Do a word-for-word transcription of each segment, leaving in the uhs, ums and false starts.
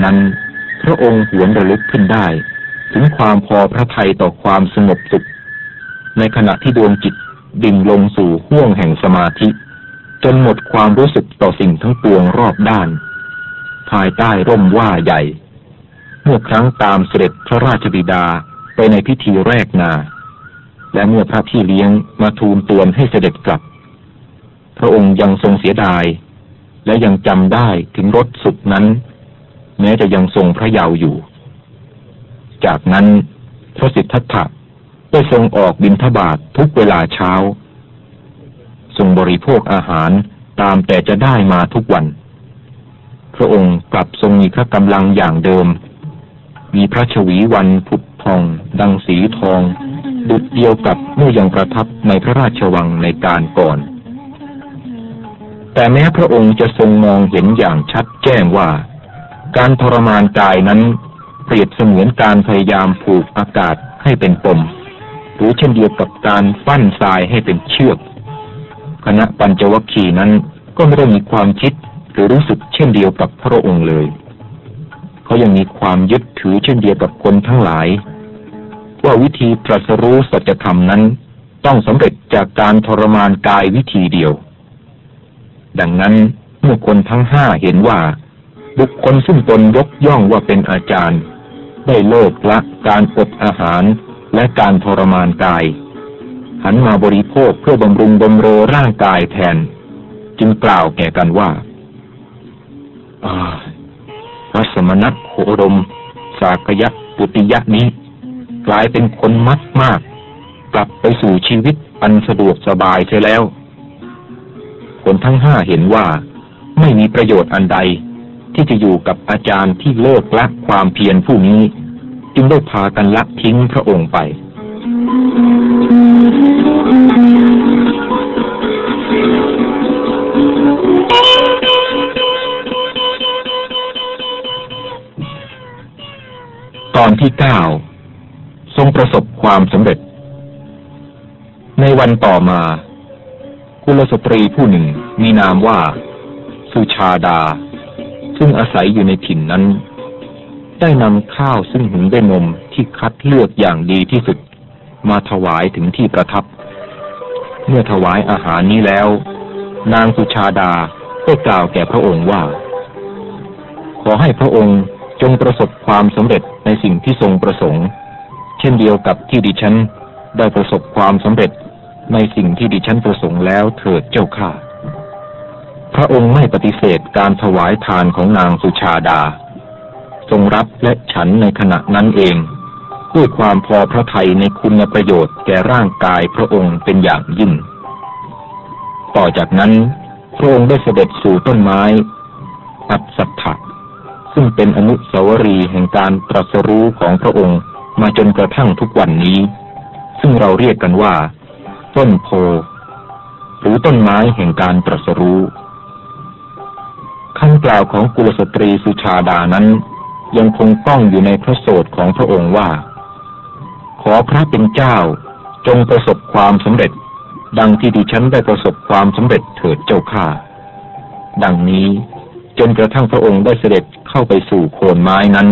นั้นพระองค์หวนระลึกขึ้นได้ถึงความพอพระทัยต่อความสงบสุขในขณะที่ดวงจิตดิ่งลงสู่ห้วงแห่งสมาธิจนหมดความรู้สึกต่อสิ่งทั้งปวงรอบด้านภายใต้ร่มว่าใหญ่เมื่อครั้งตามเสด็จพระราชบิดาไปในพิธีแรกนาและเมื่อพระพี่เลี้ยงมาทูลตวนให้เสด็จกลับพระองค์ยังทรงเสียดายและยังจำได้ถึงรสสุขนั้นแม้จะยังทรงพระเยาว์อยู่จากนั้นพระสิทธัตถะได้ทรงออกบิณฑบาตทุกเวลาเช้าทรงบริโภคอาหารตามแต่จะได้มาทุกวันพระองค์กลับทรงมีพระกำลังอย่างเดิมมีพระชวีวันผุดพองดังสีทองดุจเดียวกับเมื่อยังประทับในพระราชวังในการก่อนแต่แม้พระองค์จะทรงมองเห็นอย่างชัดแจ้งว่าการทรมานกายนั้นเปรียบเสมือนการพยายามผูกอากาศให้เป็นปมหรือเช่นเดียวกับการปั้นทรายให้เป็นเชือกคณะปัญจวัคคีย์นั้นก็ไม่ได้มีความคิดหรือรู้สึกเช่นเดียวกับพระองค์เลยเขายังมีความยึดถือเช่นเดียวกับคนทั้งหลายว่าวิธีตรัสรู้สัจธรรมนั้นต้องสำเร็จจากการทรมานกายวิธีเดียวดังนั้นเมื่อคนทั้งห้าเห็นว่าบุคคลซึ่งตนยกย่องว่าเป็นอาจารย์ได้เลิกละการอดอาหารและการทรมานกายหันมาบริโภคเพื่อบำรุงบำเรอร่างกายแทนจึงกล่าวแก่กันว่าพระสมณโคดมสากยะปุติยะนี้กลายเป็นคนมักมากกลับไปสู่ชีวิตอันสะดวกสบายเสียแล้วคนทั้งห้าเห็นว่าไม่มีประโยชน์อันใดที่จะอยู่กับอาจารย์ที่เลิกละความเพียรผู้นี้จึงได้พากันละทิ้งพระองค์ไปตอนที่เก้าทรงประสบความสำเร็จในวันต่อมากุลสตรีผู้หนึ่งมีนามว่าสุชาดาซึ่งอาศัยอยู่ในถิ่นนั้นได้นำข้าวซึ่งหุงด้วยนมที่คัดเลือกอย่างดีที่สุดมาถวายถึงที่ประทับเมื่อถวายอาหารนี้แล้วนางสุชาดาได้กล่าวแก่พระองค์ว่าขอให้พระองค์จงประสบความสำเร็จในสิ่งที่ทรงประสงค์เช่นเดียวกับที่ดิฉันได้ประสบความสำเร็จในสิ่งที่ดิฉันประสงค์แล้วเถิดเจ้าข้าพระองค์ไม่ปฏิเสธการถวายทานของนางสุชาดาทรงรับและฉันในขณะนั้นเองด้วยความพอพระทัยในคุณประโยชน์แก่ร่างกายพระองค์เป็นอย่างยิ่งต่อจากนั้นพระองค์ได้เสด็จสู่ต้นไม้อัฏฐัตถะซึ่งเป็นอนุสาวรีย์แห่งการตรัสรู้ของพระองค์มาจนกระทั่งทุกวันนี้ซึ่งเราเรียกกันว่าต้นโพหรือต้นไม้แห่งการตรัสรู้คำกล่าวของกุลสตรีสุชาดานั้นยังคงต้องอยู่ในพระโสตของพระองค์ว่าขอพระเป็นเจ้าจงประสบความสำเร็จดังที่ดิฉันได้ประสบความสำเร็จเถิดเจ้าข้าดังนี้จนกระทั่งพระองค์ได้เสด็จเข้าไปสู่โคนไม้นั้น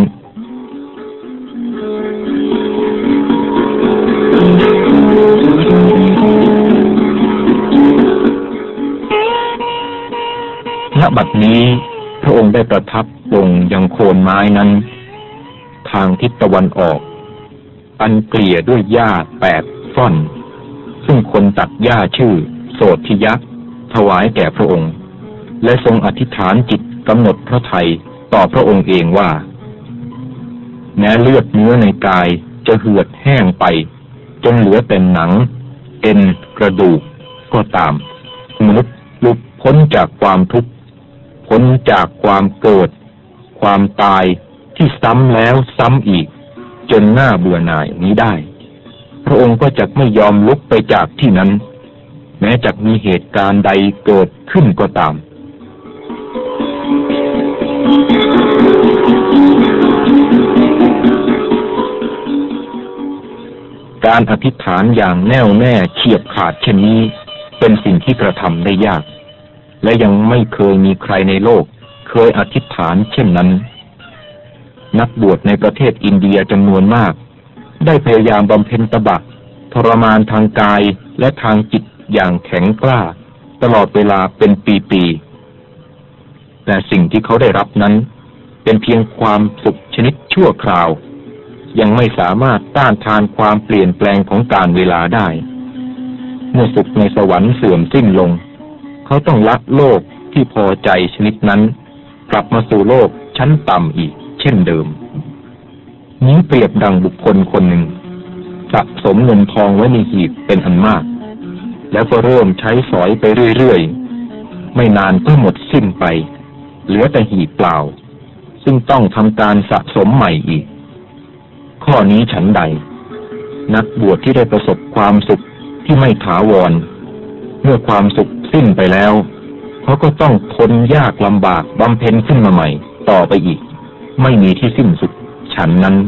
ณ บัดนี้พระองค์ได้ประทับลงยังโคนไม้นั้นทางทิศตะวันออกอันเกลี่ยด้วยหญ้าแปดฟ่อนซึ่งคนตัดหญ้าชื่อโสธิยะถวายแก่พระองค์และทรงอธิษฐานจิตกำหนดพระทัยต่อพระองค์เองว่าแม้เลือดเนื้อในกายจะเหือดแห้งไปจนเหลือแต่หนังเอ็นกระดูกก็ตามมนุษย์หลุดพ้นจากความทุกข์พ้นจากความเกิดความตายที่ซ้ำแล้วซ้ำอีกจนน่าเบื่อหน่ายนี้ได้พระองค์ก็จะไม่ยอมลุกไปจากที่นั้นแม้จะมีเหตุการณ์ใดเกิดขึ้นก็ตามการอธิษฐานอย่างแน่วแน่เฉียบขาดเช่นนี้เป็นสิ่งที่กระทำได้ยากและยังไม่เคยมีใครในโลกเคยอธิษฐานเช่นนั้นนักบวชในประเทศอินเดียจำนวนมากได้พยายามบำเพ็ญตบะทรมานทางกายและทางจิตอย่างแข็งกล้าตลอดเวลาเป็นปีๆแต่สิ่งที่เขาได้รับนั้นเป็นเพียงความสุขชนิดชั่วคราวยังไม่สามารถต้านทานความเปลี่ยนแปลงของกาลเวลาได้เมื่อสุขในสวรรค์เสื่อมสิ้นลงเขาต้องละโลกที่พอใจชนิดนั้นกลับมาสู่โลกชั้นต่ำอีกเช่นเดิมนี้เปรียบดังบุคคลคนหนึ่งสะสมเงินทองไว้ในหีบเป็นอันมากแล้วก็เริ่มใช้สอยไปเรื่อยๆไม่นานก็หมดสิ้นไปเหลือแต่หีบเปล่าซึ่งต้องทำการสะสมใหม่อีกข้อนี้ฉันใดนักบวชที่ได้ประสบความสุขที่ไม่ถาวรเมื่อความสุขสิ้นไปแล้วเขาก็ต้องทนยากลำบากบำเพ็ญขึ้นมาใหม่ต่อไปอีกไม่มีที่สิ้นสุดฉันนั้น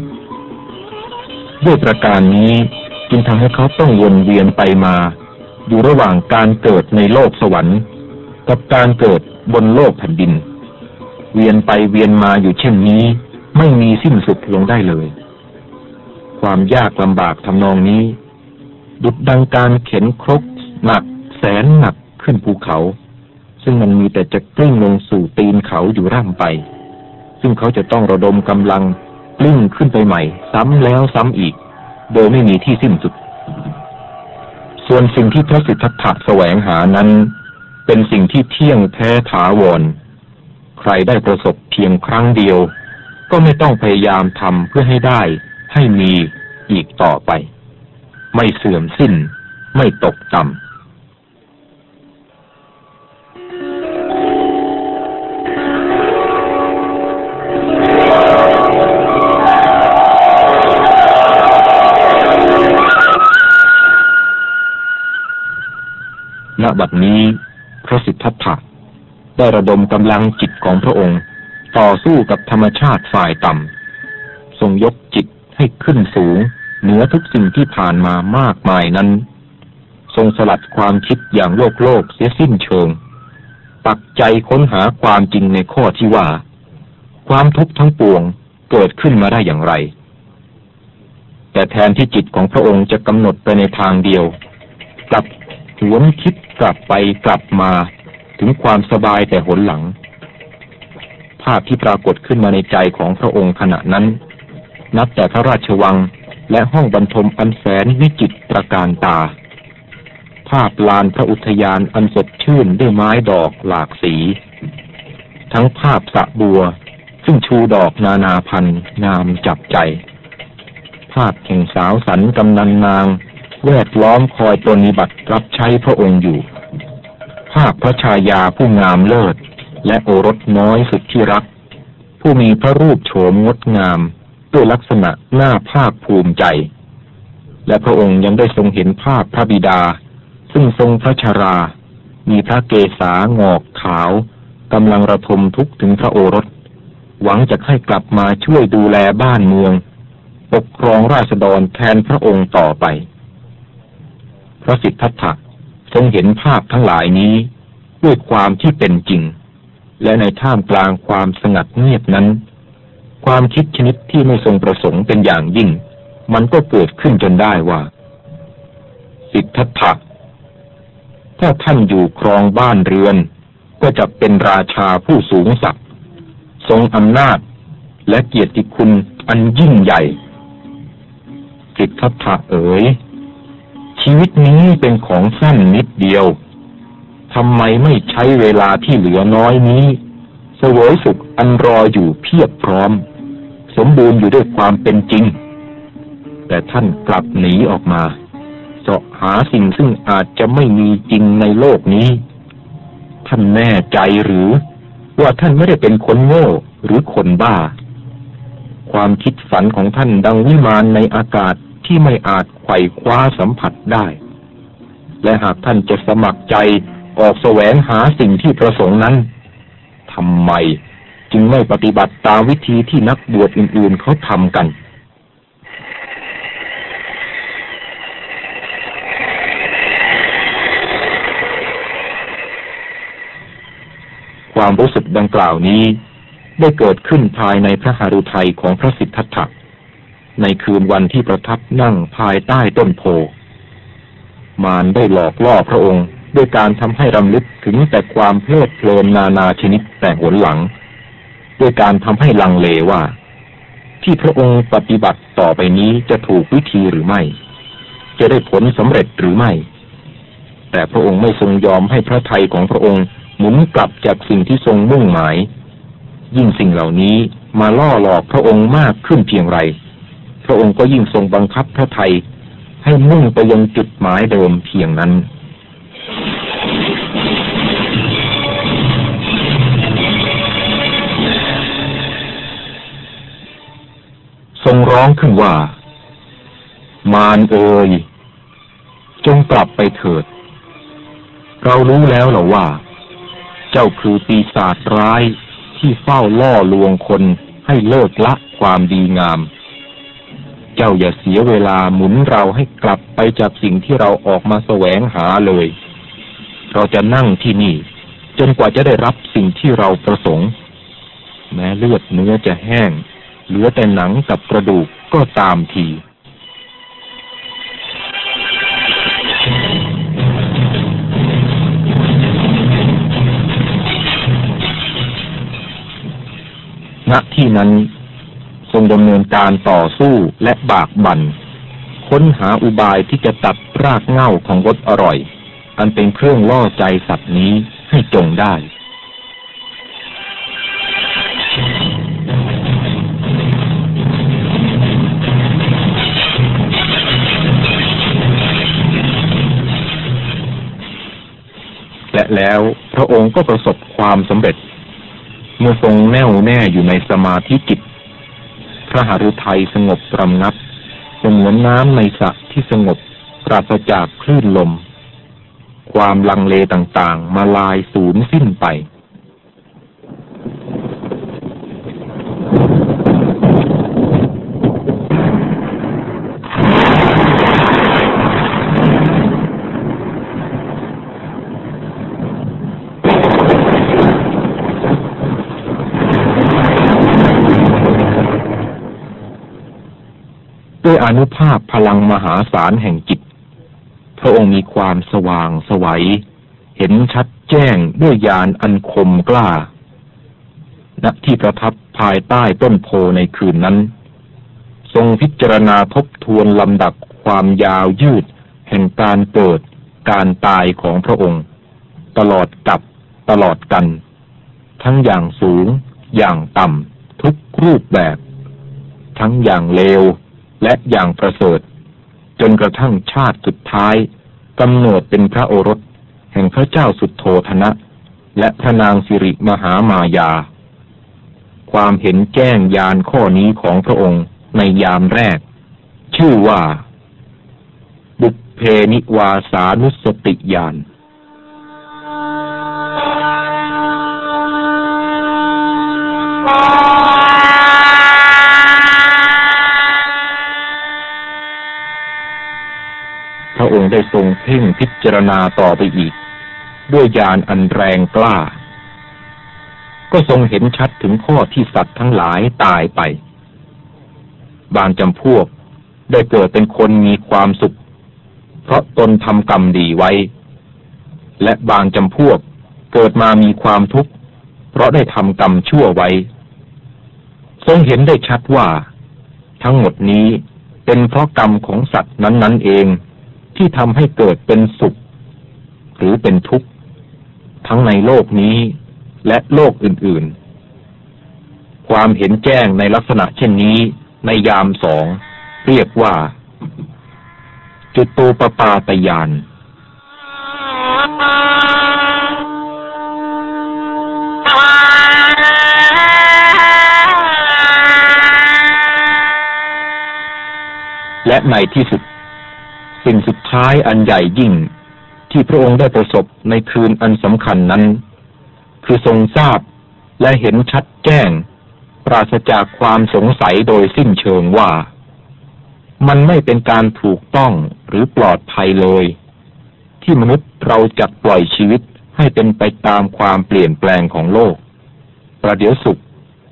ด้วยประการนี้จึงทำให้เขาต้องวนเวียนไปมาอยู่ระหว่างการเกิดในโลกสวรรค์กับการเกิดบนโลกแผ่นดินเวียนไปเวียนมาอยู่เช่นนี้ไม่มีสิ้นสุดลงได้เลยความยากลำบากทำนองนี้ดุจดังการเข็นครกหนักแสนหนักขึ้นภูเขาซึ่งมันมีแต่จะกลิ้งลงสู่ตีนเขาอยู่ร่ำไปซึ่งเขาจะต้องระดมกำลังกลิ้งขึ้นไปใหม่ซ้ำแล้วซ้ำอีกโดยไม่มีที่สิ้นสุดส่วนสิ่งที่พระสิทธัตถะแสวงหานั้นเป็นสิ่งที่เที่ยงแท้ถาวรใครได้ประสบเพียงครั้งเดียวก็ไม่ต้องพยายามทำเพื่อให้ได้ให้มีอีกต่อไปไม่เสื่อมสิ้นไม่ตกต่ำณ บัดนี้พระสิทธัตถะได้ระดมกำลังจิตของพระองค์ต่อสู้กับธรรมชาติฝ่ายต่ำทรงยกจิตให้ขึ้นสูงเหนือทุกสิ่งที่ผ่านมามากมายนั้นทรงสลัดความคิดอย่างโลกโลกเสียสิ้นเชิงปักใจค้นหาความจริงในข้อที่ว่าความทุกข์ทั้งปวงเกิดขึ้นมาได้อย่างไรแต่แทนที่จิตของพระองค์จะกำหนดไปในทางเดียวกลับหวนคิดกลับไปกลับมาถึงความสบายแต่หนหลังภาพที่ปรากฏขึ้นมาในใจของพระองค์ขณะนั้นนับแต่พระราชวังและห้องบรรทมอันแสนวิจิตรตระการตาภาพลานพระอุทยานอันสดชื่นด้วยไม้ดอกหลากสีทั้งภาพสระบัวซึ่งชูดอกนานาพันธุ์งามจับใจภาพแห่งสาวสันกำนันนางแวดล้อมคอยปรนนิบัติรับใช้พระองค์อยู่ภาพพระชายาผู้งามเลิศและโอรสน้อยสุดที่รักผู้มีพระรูปโฉมงดงามด้วยลักษณะน่าภาคภูมิใจและพระองค์ยังได้ทรงเห็นภาพพระบิดาซึ่งทรงพระชรามีพระเกศางอกขาวกำลังระทมทุกข์ถึงพระโอรสหวังจะให้กลับมาช่วยดูแลบ้านเมืองปกครองราษฎรแทนพระองค์ต่อไปพระสิทธัตถะทรงเห็นภาพทั้งหลายนี้ด้วยความที่เป็นจริงและในท่ามกลางความสงัดเงียบนั้นความคิดชนิดที่ไม่ทรงประสงค์เป็นอย่างยิ่งมันก็เกิดขึ้นจนได้ว่าสิทธัตถะถ้าท่านอยู่ครองบ้านเรือนก็จะเป็นราชาผู้สูงศักดิ์ทรงอำนาจและเกียรติคุณอันยิ่งใหญ่สิทธัตถะเอ๋ยชีวิตนี้เป็นของสั้นนิดเดียวทำไมไม่ใช้เวลาที่เหลือน้อยนี้เสวยสุขอันรออยู่เพียบพร้อมสมบูรณ์อยู่ด้วยความเป็นจริงแต่ท่านกลับหนีออกมาเสาะหาสิ่งซึ่งอาจจะไม่มีจริงในโลกนี้ท่านแน่ใจหรือว่าท่านไม่ได้เป็นคนโง่หรือคนบ้าความคิดฝันของท่านดังวิมานในอากาศที่ไม่อาจไขว่คว้าสัมผัสได้และหากท่านจะสมัครใจออกแสวงหาสิ่งที่ประสงค์นั้นทำไมจึงไม่ปฏิบัติตามวิธีที่นักบวชอื่นๆเขาทำกันความรู้สึกดังกล่าวนี้ได้เกิดขึ้นภายในพระหฤทัยของพระสิทธัตถะในคืนวันที่ประทับนั่งภายใต้ต้นโพมารได้หลอกล่อพระองค์ด้วยการทำให้รำลึกถึงแต่ความเพลิดเพลินนานาชนิดแต่หนหลังด้วยการทำให้ลังเลว่าที่พระองค์ปฏิบัติต่อไปนี้จะถูกวิธีหรือไม่จะได้ผลสำเร็จหรือไม่แต่พระองค์ไม่ทรงยอมให้พระทัยของพระองค์หมุนกลับจากสิ่งที่ทรงมุ่งหมายยิ่งสิ่งเหล่านี้มาล่อหลอกพระองค์มากขึ้นเพียงไรพระองค์ก็ยิ่งทรงบังคับพระทัยให้มุ่งไปยังจุดหมายเดิมเพียงนั้นทรงร้องขึ้นว่ามารเอ๋ยจงกลับไปเถิดเรารู้แล้วเหรอว่าเจ้าคือปีศาจร้ายที่เฝ้าล่อลวงคนให้เลิกละความดีงามเจ้าอย่าเสียเวลาหมุนเราให้กลับไปจากสิ่งที่เราออกมาแสวงหาเลยเราจะนั่งที่นี่จนกว่าจะได้รับสิ่งที่เราประสงค์แม้เลือดเนื้อจะแห้งเหลือแต่หนังกับกระดูกก็ตามทีณที่นั้นทรงดำเนินการต่อสู้และบากบั่นค้นหาอุบายที่จะตัดรากเหง้าของรสอร่อยอันเป็นเครื่องล่อใจสัตว์นี้ให้จงได้และแล้วพระองค์ก็ประสบความสำเร็จเมื่อทรงแน่วแน่อยู่ในสมาธิจิตพระหฤทัยสงบรำงับเสมือนน้ำในสระที่สงบปราศจากคลื่นลมความลังเลต่างๆมาลายสูญสิ้นไปด้วยอานุภาพพลังมหาศาลแห่งจิตพระองค์มีความสว่างไสวเห็นชัดแจ้งด้วยญาณอันคมกล้าณที่ประทับภายใต้ต้นโพในคืนนั้นทรงพิจารณาทบทวนลำดับความยาวยืดแห่งการเกิดการตายของพระองค์ตลอดกับตลอดกันทั้งอย่างสูงอย่างต่ำทุกรูปแบบทั้งอย่างเลวและอย่างประเสริฐจนกระทั่งชาติสุดท้ายกำเนิดเป็นพระโอรสแห่งพระเจ้าสุโธทนะและพระนางสิริมหามายาความเห็นแจ้งญาณข้อนี้ของพระองค์ในยามแรกชื่อว่าบุพเพนิวาสานุสติญาณพระองค์ได้ทรงเพ่งพิจารณาต่อไปอีกด้วยญาณอันแรงกล้าก็ทรงเห็นชัดถึงข้อที่สัตว์ทั้งหลายตายไปบางจำพวกได้เกิดเป็นคนมีความสุขเพราะตนทำกรรมดีไว้และบางจำพวกเกิดมามีความทุกข์เพราะได้ทำกรรมชั่วไว้ทรงเห็นได้ชัดว่าทั้งหมดนี้เป็นเพราะกรรมของสัตว์นั้นๆเองที่ทำให้เกิดเป็นสุขหรือเป็นทุกข์ทั้งในโลกนี้และโลกอื่นๆความเห็นแจ้งในลักษณะเช่นนี้ในยามสองเรียกว่าจุตูปปาตญาณและในที่สุดสิ่งสุดท้ายอันใหญ่ยิ่งที่พระองค์ได้ประสบในคืนอันสำคัญนั้นคือทรงทราบและเห็นชัดแจ้งปราศจากความสงสัยโดยสิ้นเชิงว่ามันไม่เป็นการถูกต้องหรือปลอดภัยเลยที่มนุษย์เราจักปล่อยชีวิตให้เป็นไปตามความเปลี่ยนแปลงของโลกประเดี๋ยวสุข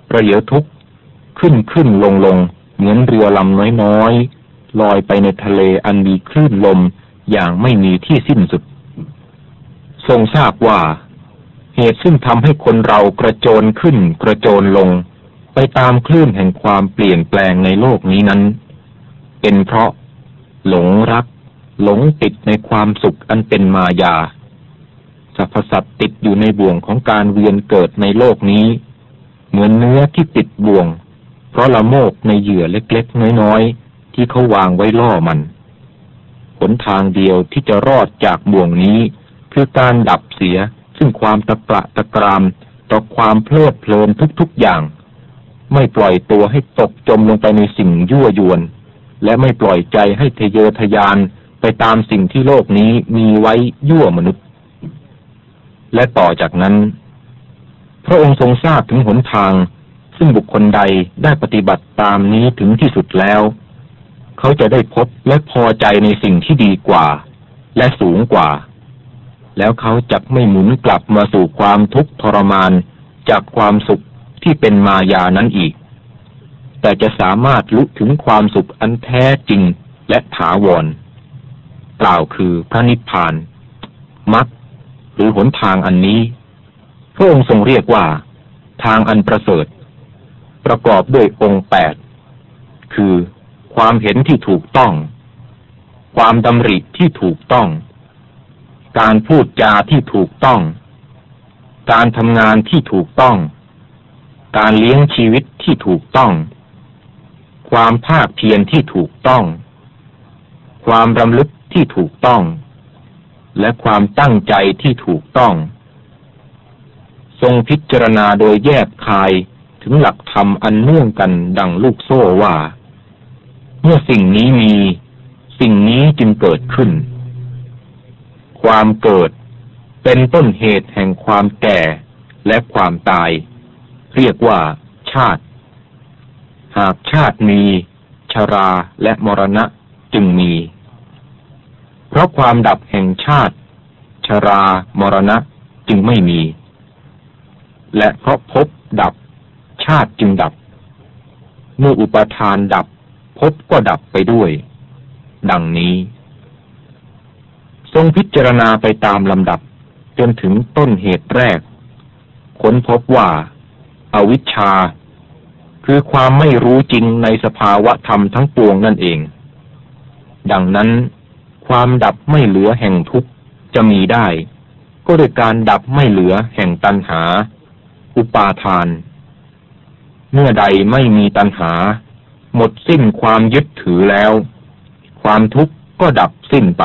ประเดี๋ยวทุกข์ขึ้นขึ้นลงลงเหมือนเรือลำน้อยๆลอยไปในทะเลอันมีคลื่นลมอย่างไม่มีที่สิ้นสุดทรงทราบว่าเหตุซึ่งทำให้คนเรากระโจนขึ้นกระโจนลงไปตามคลื่นแห่งความเปลี่ยนแปลงในโลกนี้นั้นเป็นเพราะหลงรักหลงติดในความสุขอันเป็นมายาสรรพสัตว์ติดอยู่ในบ่วงของการเวียนเกิดในโลกนี้เหมือนเนื้อที่ติดบ่วงเพราะละโมบในเหยื่อเล็กๆน้อยๆที่เขาวางไว้ล่อมันหนทางเดียวที่จะรอดจากบ่วงนี้คือการดับเสียซึ่งความตะกระตะกรามต่อความเพลิดเพลินทุกๆอย่างไม่ปล่อยตัวให้ตกจมลงไปในสิ่งยั่วยวนและไม่ปล่อยใจให้ทะเยอทะยานไปตามสิ่งที่โลกนี้มีไว้ยั่วมนุษย์และต่อจากนั้นพระองค์ทรงทราบถึงหนทางซึ่งบุคคลใดได้ปฏิบัติตามนี้ถึงที่สุดแล้วเขาจะได้พบและพอใจในสิ่งที่ดีกว่าและสูงกว่าแล้วเขาจะไม่หมุนกลับมาสู่ความทุกข์ทรมานจากความสุขที่เป็นมายานั้นอีกแต่จะสามารถลุถึงความสุขอันแท้จริงและถาวรกล่าวคือพระนิพพานมรรคหรือหนทางอันนี้พระองค์ทรงเรียกว่าทางอันประเสริฐประกอบด้วยองค์แปดคือความเห็นที่ถูกต้องความดำริที่ถูกต้องการพูดจาที่ถูกต้องการทำงานที่ถูกต้องการเลี้ยงชีวิตที่ถูกต้องความภาคเพียรที่ถูกต้องความรำลึกที่ถูกต้องและความตั้งใจที่ถูกต้องทรงพิจารณาโดยแยกคายถึงหลักธรรมอันเนื่องกันดังลูกโซ่ว่าเมื่อสิ่งนี้มีสิ่งนี้จึงเกิดขึ้นความเกิดเป็นต้นเหตุแห่งความแก่และความตายเรียกว่าชาติหากชาติมีชราและมรณะจึงมีเพราะความดับแห่งชาติชรามรณะจึงไม่มีและเพราะภพดับชาติจึงดับเมื่ออุปาทานดับภพก็ดับไปด้วยดังนี้ทรงพิจารณาไปตามลำดับจนถึงต้นเหตุแรกค้นพบว่าอวิชชาคือความไม่รู้จริงในสภาวะธรรมทั้งปวงนั่นเองดังนั้นความดับไม่เหลือแห่งทุกข์จะมีได้ก็โดยการดับไม่เหลือแห่งตัณหาอุปาทานเมื่อใดไม่มีตัณหาหมดสิ้นความยึดถือแล้วความทุกข์ก็ดับสิ้นไป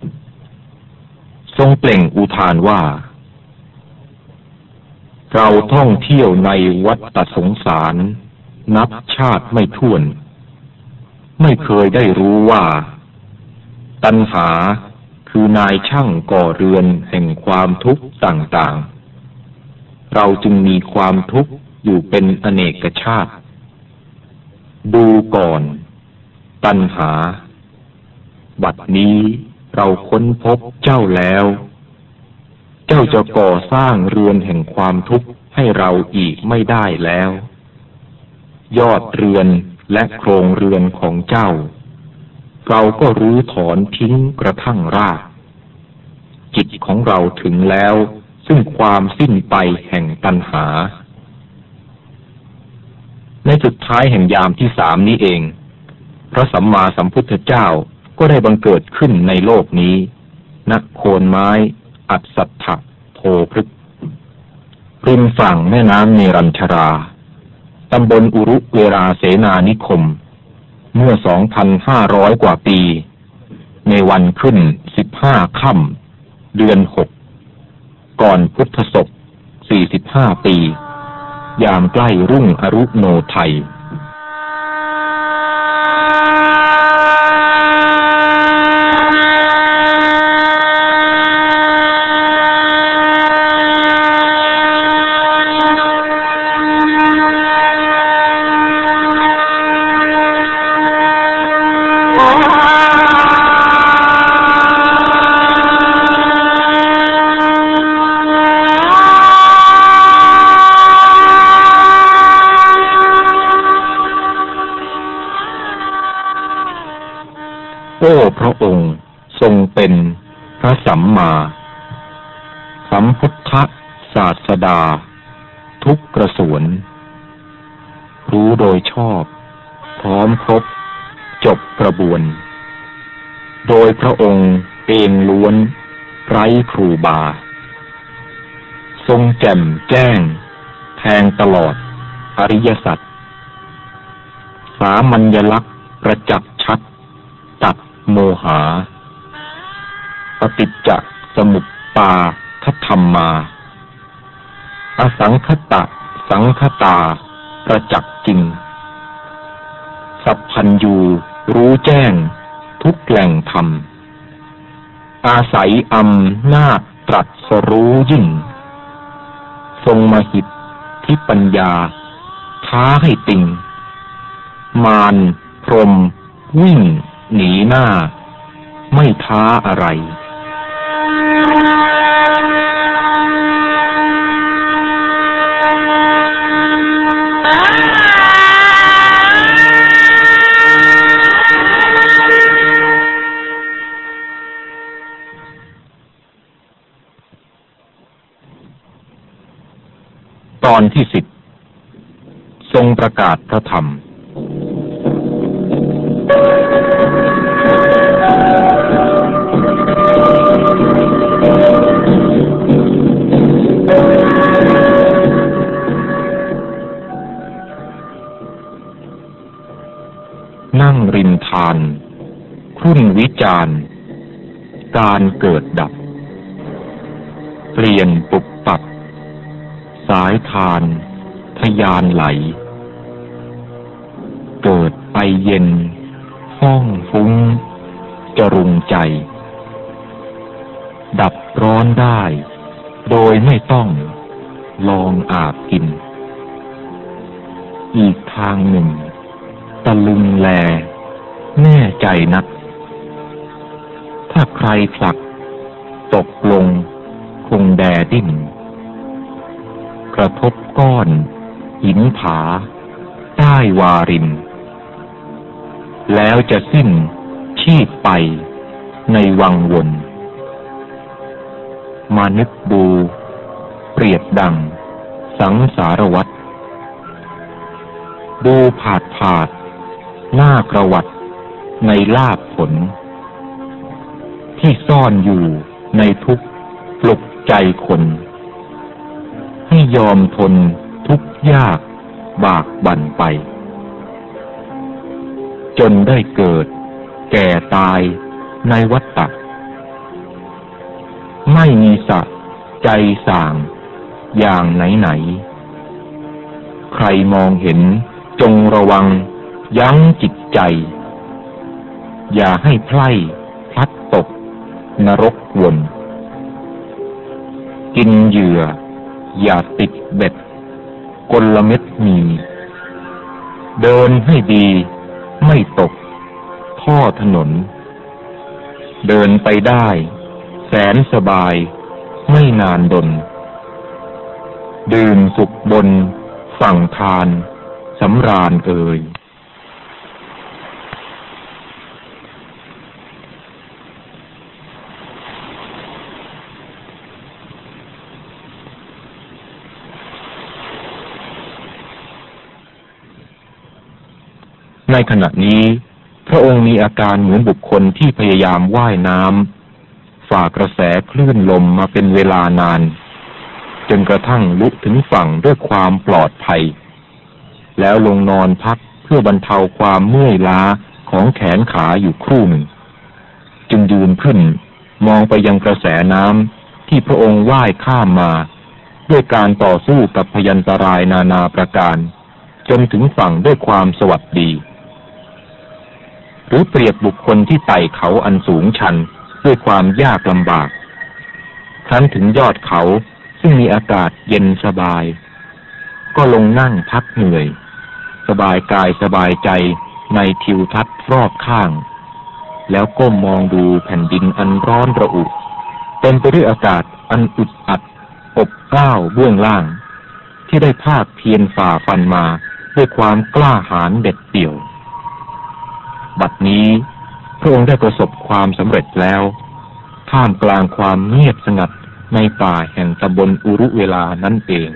ทรงเปล่งอุทานว่าเราท่องเที่ยวในวัฏสงสารนับชาติไม่ถ้วนไม่เคยได้รู้ว่าตัณหาคือนายช่างก่อเรือนแห่งความทุกข์ต่างๆเราจึงมีความทุกข์อยู่เป็นอเนกชาติดูก่อนตัณหาบัดนี้เราค้นพบเจ้าแล้วเจ้าจะก่อสร้างเรือนแห่งความทุกข์ให้เราอีกไม่ได้แล้วยอดเรือนและโครงเรือนของเจ้าเราก็รื้อถอนทิ้งกระทั่งรากจิตของเราถึงแล้วซึ่งความสิ้นไปแห่งตัณหาในจุดท้ายแห่งยามที่สามนี้เองพระสัมมาสัมพุทธเจ้าก็ได้บังเกิดขึ้นในโลกนี้ณโคนไม้อัศทะโพพฤกษ์ริมฝั่งแม่น้ำเนรัญชราตำบลอุรุเวราเสนานิคมเมื่อ สองพันห้าร้อย กว่าปีในวันขึ้นสิบห้าค่ำเดือนหกก่อนพุทธศักราชสี่สิบห้าปียามใกล้รุ่งอรุโนไทยทรงเป็นพระสัมมาสัมพุทธศาสดาทุกกระสวนรู้โดยชอบพร้อมครบจบกระบวนโดยพระองค์เองล้วนไร้ครูบาทรงแจ่มแจ้งแทงตลอดอริยสัจสามัญลักษณ์ประจักษ์ชัดตัดโมหะปฏิจจสมุปปาทธรรมาอสังคตะสังคตาประจักษ์จริงสัพพัญญูรู้แจ้งทุกแหล่งธรรมอาศัยอำนาจตรัสรู้ยิ่งทรงมหิทธิปัญญาท้าให้ติงมารพรหมวิ่งหนีหน้าไม่ท้าอะไรตอนที่สิบทรงประกาศพระธรรมนั่งริมทานครุ่นวิจารณ์การเกิดดับเปลี่ยนปุบปับสายทานทยานไหลเกิดไปเย็นฟ้องฟุ้งจรุงใจดับร้อนได้โดยไม่ต้องลองอาบกินอีกทางหนึ่งตะลึงแลแน่ใจนักถ้าใครผลักตกลงคงแดดิ้นกระทบก้อนหินผาใต้วารินแล้วจะสิ้นชีพไปในวังวนมานึกดูเปรียบดังสังสารวัฏดูผาดผาดหน้ากระวัดในลาภผลที่ซ่อนอยู่ในทุกข์ปลุกใจคนให้ยอมทนทุกข์ยากบากบั่นไปจนได้เกิดแก่ตายในวัฏฏะไม่มีสะใจส่างอย่างไหนไหนใครมองเห็นจงระวังยั้งจิตใจอย่าให้ไพล่พลัดตกนรกวนกินเหยื่ออย่าติดเบ็ดกลเม็ดมีเดินให้ดีไม่ตกท่อถนนเดินไปได้แสนสบายไม่นานดนดื่มสุขบนฝั่งทานสำราญเอ่ยในขณะนี้พระองค์มีอาการเหมือนบุคคลที่พยายามว่ายน้ำฝ่ากระแสคลื่นลมมาเป็นเวลานานจนกระทั่งลุถึงฝั่งด้วยความปลอดภัยแล้วลงนอนพักเพื่อบรรเทาความเมื่อยล้าของแขนขาอยู่ครู่หนึ่งจึงยืนขึ้นมองไปยังกระแสน้ำที่พระองค์ว่ายข้ามมาด้วยการต่อสู้กับพยันตรายนานาประการจนถึงฝั่งด้วยความสวัสดีหรือเปรียบบุคคลที่ไต่เขาอันสูงชันด้วยความยากลำบากครั้นถึงยอดเขาซึ่งมีอากาศเย็นสบายก็ลงนั่งพักเหนื่อยสบายกายสบายใจในทิวทัศน์รอบข้างแล้วก้มมองดูแผ่นดินอันร้อนระอุเต็มไปด้วยอากาศอันอึดอัดอบอ้าวเบื้องล่างที่ได้ภาคเพียรฝ่าฟันมาด้วยความกล้าหาญเด็ดเดี่ยวบัดนี้พระองค์ได้ประสบความสำเร็จแล้วท่ามกลางความเงียบสงัดในป่าแห่งตำบลอุรุเวลานั่นเอง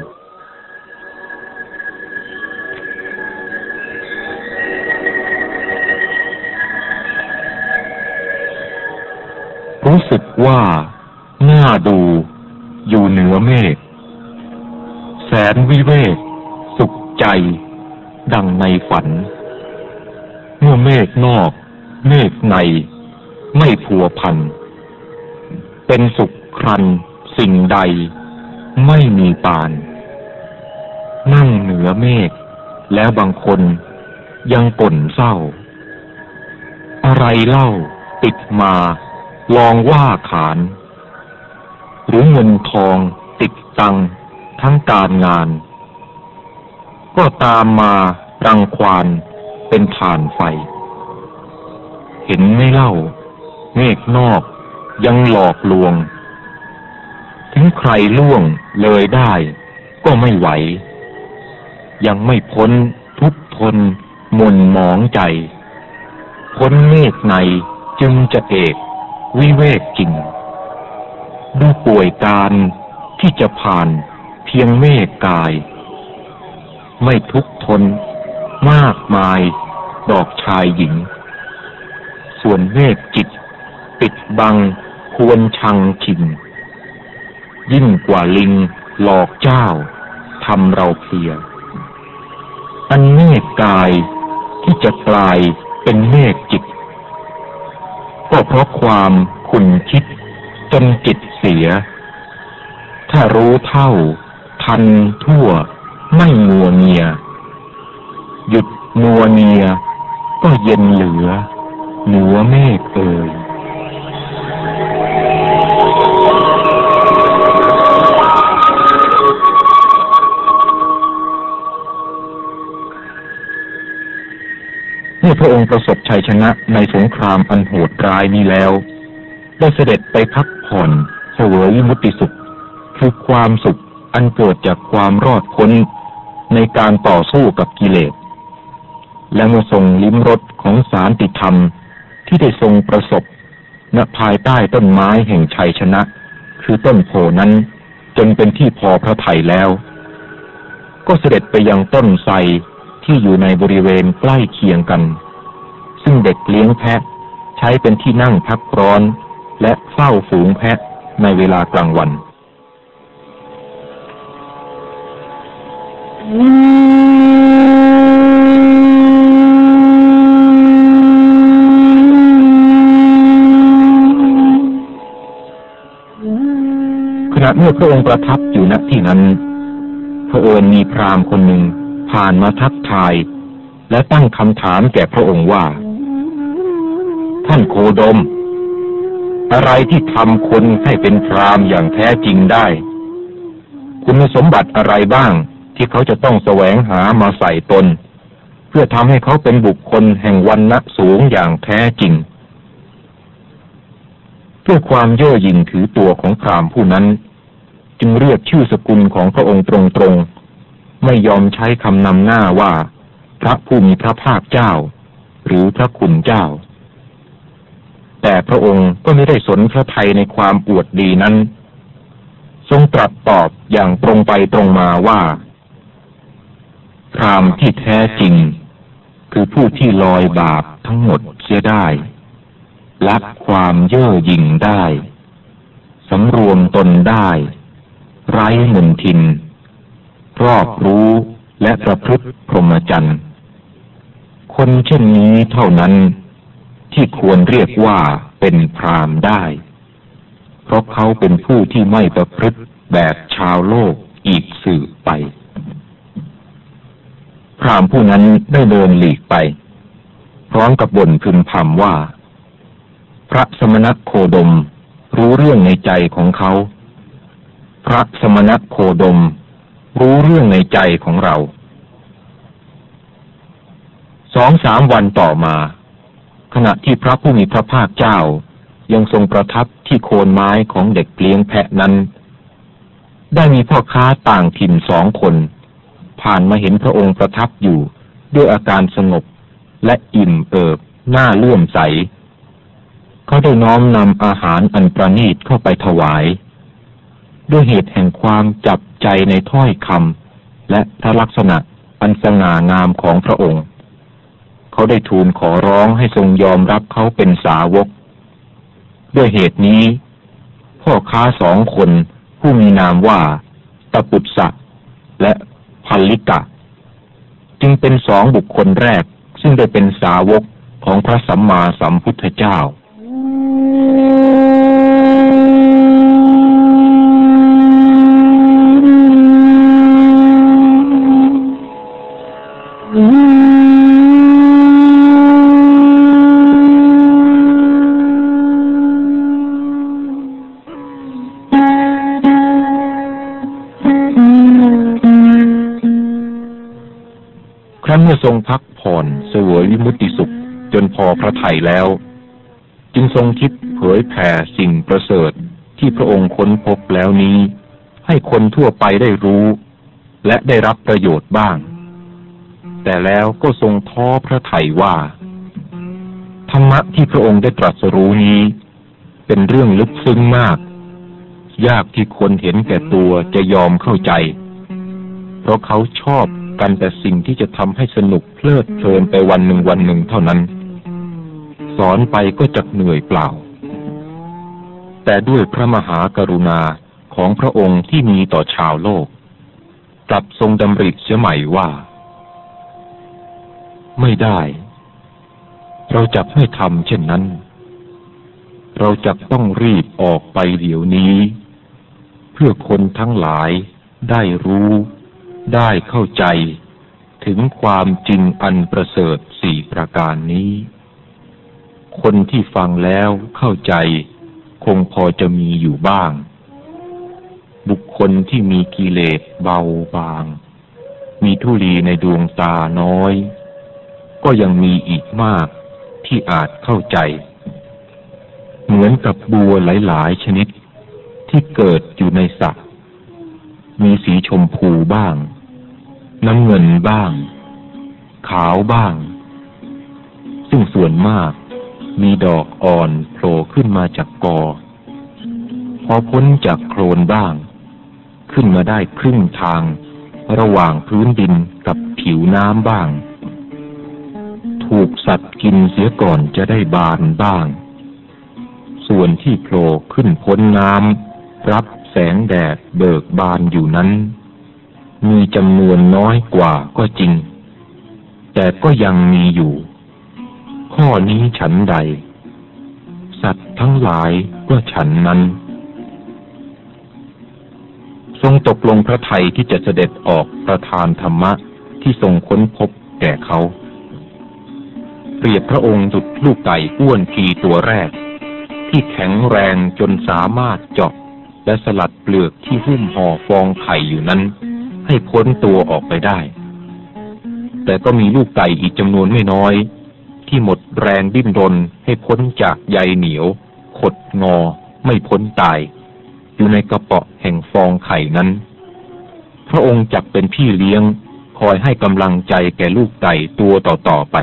รู้สึกว่าน่าดูอยู่เหนือเมฆแสนวิเวกสุขใจดังในฝันเมื่อเมฆนอกเมฆในไม่พัวพันเป็นสุขครันสิ่งใดไม่มีปานนั่งเหนือเมฆแล้วบางคนยังป่นเศร้าอะไรเล่าติดมาลองว่าขานหรือเงินทองติดตังทั้งการงานก็ตามมารังควานเป็นฐานไฟเห็นไม่เล่าเมฆนอกยังหลอกลวงถึงใครล่วงเลยได้ก็ไม่ไหวยังไม่พ้นทุกข์ทนหม่นหมองใจพ้นเมฆในจึงจะเอกวิเวกจริงดูป่วยการที่จะผ่านเพียงเมฆกายไม่ทุกข์ทนมากมายดอกชายหญิงส่วนเมฆจิตปิดบังควรชังชิงยิ่งกว่าลิงหลอกเจ้าทำเราเพลียอันเมฆกายที่จะกลายเป็นเมฆจิตก็เพราะความขุ่นคิดจนจิตเสียถ้ารู้เท่าทันทั่วไม่งัวเงียหยุดงัวเงียก็เย็นเหลือเหนือเมฆเอ่ยเมื่อพระองค์ประสบชัยชนะในสงครามอันโหดร้ายนี้แล้วได้เสด็จไปพักผ่อนเสวยวิมุตติสุขคือความสุขอันเกิดจากความรอดพ้นในการต่อสู้กับกิเลสและเมื่อทรงลิ้มรสของสันติธรรมที่ได้ทรงประสบณภายใต้ต้นไม้แห่งชัยชนะคือต้นโพนั้นจนเป็นที่พอพระทัยแล้วก็เสด็จไปยังต้นไทรที่อยู่ในบริเวณใกล้เคียงกันซึ่งเด็กเลี้ยงแพะใช้เป็นที่นั่งพักร้อนและเฝ้าฝูงแพะในเวลากลางวันขณะเมื่อพระองค์ประทับอยู่ณที่นั้นเผอิญมีพราหมณ์คนหนึ่งผ่านมาทักทายและตั้งคำถามแก่พระองค์ว่าท่านโคดมอะไรที่ทำคนให้เป็นพราหมณ์อย่างแท้จริงได้คุณสมบัติอะไรบ้างที่เขาจะต้องแสวงหามาใส่ตนเพื่อทำให้เขาเป็นบุคคลแห่งวรรณะสูงอย่างแท้จริงเพื่อความเย่อหยิ่งถือตัวของพราหมณ์ผู้นั้นจึงเรียกชื่อสกุลของพระองค์ตรงๆไม่ยอมใช้คำนำหน้าว่าพระผู้มีพระภาคเจ้าหรือพระคุณเจ้าแต่พระองค์ก็ไม่ได้สนพระทัยในความอวดดีนั้นทรงตรัสตอบอย่างตรงไปตรงมาว่าพราหมณ์ที่แท้จริงคือผู้ที่ลอยบาปทั้งหมดเสียได้ละความเย่อหยิ่งได้สำรวมตนได้ไร้มนทินรอบรู้และประพฤติพรหมจรรย์คนเช่นนี้เท่านั้นที่ควรเรียกว่าเป็นพราหมณ์ได้เพราะเขาเป็นผู้ที่ไม่ประพฤติแบบชาวโลกอีกสืบไปพราหมณ์ผู้นั้นได้เดินหลีกไปพร้อมกับบ่นพึมพำว่าพระสมณโคดมรู้เรื่องในใจของเขาพระสมณโคดมรู้เรื่องในใจของเราสองสามวันต่อมาขณะที่พระผู้มีพระภาคเจ้ายังทรงประทับที่โคนไม้ของเด็กเลี้ยงแพะนั้นได้มีพ่อค้าต่างถิ่นสองคนผ่านมาเห็นพระองค์ประทับอยู่ด้วยอาการสงบและอิ่มเอิบหน้าเลื่อมใสเขาได้น้อมนำอาหารอันประณีตเข้าไปถวายด้วยเหตุแห่งความจับใจในถ้อยคำและพระลักษณะอันสง่างามของพระองค์เขาได้ทูลขอร้องให้ทรงยอมรับเขาเป็นสาวกด้วยเหตุนี้พ่อค้าสองคนผู้มีนามว่าตปุตสะและพัลลิกะจึงเป็นสองบุคคลแรกซึ่งได้เป็นสาวกของพระสัมมาสัมพุทธเจ้าครั้นเมื่อทรงพักผ่อนเสวยวิมุตติสุขจนพอพระทัยแล้วจึงทรงคิดเผยแผ่สิ่งประเสริฐที่พระองค์ค้นพบแล้วนี้ให้คนทั่วไปได้รู้และได้รับประโยชน์บ้างแต่แล้วก็ทรงท้อพระทัยว่าธรรมะที่พระองค์ได้ตรัสรู้นี้เป็นเรื่องลึกซึ้งมากยากที่คนเห็นแก่ตัวจะยอมเข้าใจเพราะเขาชอบกันแต่สิ่งที่จะทำให้สนุกเพลิดเพลินไปวันหนึ่งวันหนึ่งเท่านั้นสอนไปก็จักเหนื่อยเปล่าแต่ด้วยพระมหากรุณาของพระองค์ที่มีต่อชาวโลกกลับทรงดำริเสียใหม่ว่าไม่ได้เราจักไม่ทำเช่นนั้นเราจักต้องรีบออกไปเดี๋ยวนี้เพื่อคนทั้งหลายได้รู้ได้เข้าใจถึงความจริงอันประเสริฐสี่ประการนี้คนที่ฟังแล้วเข้าใจคงพอจะมีอยู่บ้างบุคคลที่มีกิเลสเบาบางมีธุลีในดวงตาน้อยก็ยังมีอีกมากที่อาจเข้าใจเหมือนกับบัวหลายๆชนิดที่เกิดอยู่ในสระมีสีชมพูบ้างน้ำเงินบ้างขาวบ้างซึ่งส่วนมากมีดอกอ่อนโผล่ขึ้นมาจากกอพอพ้นจากโคลนบ้างขึ้นมาได้ครึ่งทางระหว่างพื้นดินกับผิวน้ำบ้างถูกสัตว์กินเสียก่อนจะได้บานบ้างส่วนที่โผล่ขึ้นพ้นน้ำรับแสงแดดเบิกบานอยู่นั้นมีจำนวนน้อยกว่าก็จริงแต่ก็ยังมีอยู่ข้อนี้ฉันใดสัตว์ทั้งหลายก็ฉันนั้นทรงตกลงพระทัยที่จะเสด็จออกประทานธรรมะที่ทรงค้นพบแก่เขาเปรียบพระองค์ดุจลูกไก่อ้วนพีตัวแรกที่แข็งแรงจนสามารถเจาะและสลัดเปลือกที่หุ้มห่อฟองไข่อยู่นั้นให้พ้นตัวออกไปได้แต่ก็มีลูกไก่อีกจำนวนไม่น้อยที่หมดแรงดิ้นรนให้พ้นจากใยเหนียวขดงอไม่พ้นตายอยู่ในกระเปาะแห่งฟองไข่นั้นพระองค์จักเป็นพี่เลี้ยงคอยให้กำลังใจแก่ลูกไก่ตัวต่อๆไป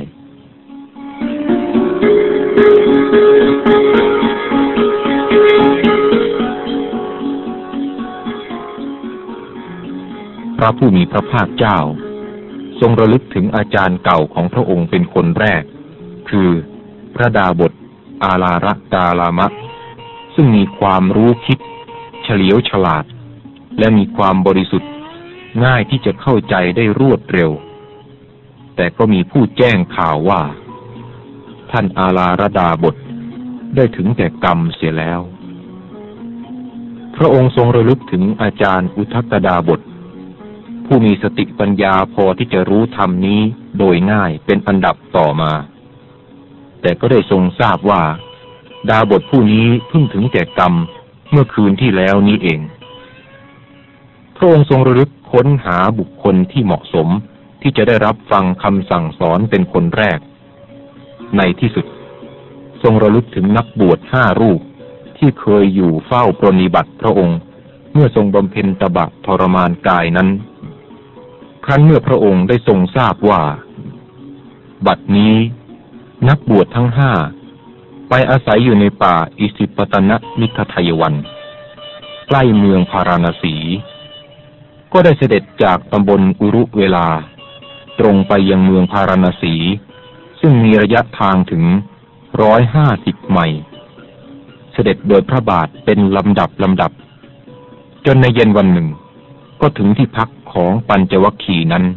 พระผู้มีพระภาคเจ้าทรงระลึกถึงอาจารย์เก่าของพระองค์เป็นคนแรกคือพระดาบทอาลาระกาลามะซึ่งมีความรู้คิดเฉลียวฉลาดและมีความบริสุทธิ์ง่ายที่จะเข้าใจได้รวดเร็วแต่ก็มีผู้แจ้งข่าวว่าท่านอาลาระดาบทได้ถึงแก่กรรมเสียแล้วพระองค์ทรงระลึกถึงอาจารย์อุทักกดาบทผู้มีสติปัญญาพอที่จะรู้ธรรมนี้โดยง่ายเป็นอันดับต่อมาแต่ก็ได้ทรงทราบว่าดาบทผู้นี้เพิ่งถึงแก่กรรมเมื่อคืนที่แล้วนี้เองพระองค์ทรงระลึกค้นหาบุคคลที่เหมาะสมที่จะได้รับฟังคำสั่งสอนเป็นคนแรกในที่สุดทรงระลึกถึงนักบวชห้ารูปที่เคยอยู่เฝ้าปรนนิบัติพระองค์เมื่อทรงบำเพ็ญตบะทรมานกายนั้นครั้นเมื่อพระองค์ได้ทรงทราบว่าบัดนี้นักบวชทั้งห้าไปอาศัยอยู่ในป่าอิสิปตนมิคทายวันใกล้เมืองพาราณสีก็ได้เสด็จจากตำบลอุรุเวลาตรงไปยังเมืองพาราณสีซึ่งมีระยะทางถึงร้อยห้าสิบไมล์เสด็จโดยพระบาทเป็นลำดับลำดับจนในเย็นวันหนึ่งก็ถึงที่พักของปัญจวัคคีย์นั้น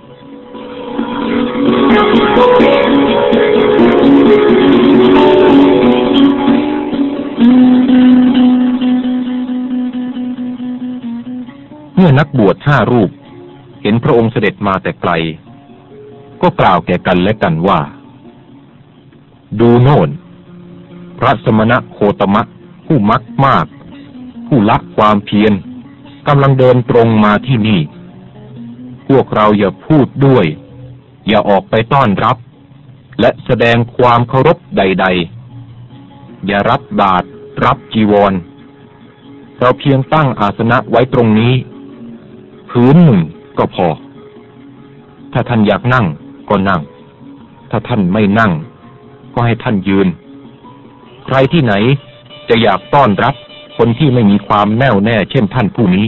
เมื่อนักบวชห้ารูปเห็นพระองค์เสด็จมาแต่ไกลก็กล่าวแก่กันและกันว่าดูโน่นพระสมณะโคตมะผู้มักมากผู้ละความเพียรกำลังเดินตรงมาที่นี่พวกเราอย่าพูดด้วยอย่าออกไปต้อนรับและแสดงความเคารพใดๆอย่ารับบาตรรับจีวรเราเพียงตั้งอาสนะไว้ตรงนี้พื้นหนึ่งก็พอถ้าท่านอยากนั่งก็นั่งถ้าท่านไม่นั่งก็ให้ท่านยืนใครที่ไหนจะอยากต้อนรับคนที่ไม่มีความแน่วแน่เช่นท่านผู้นี้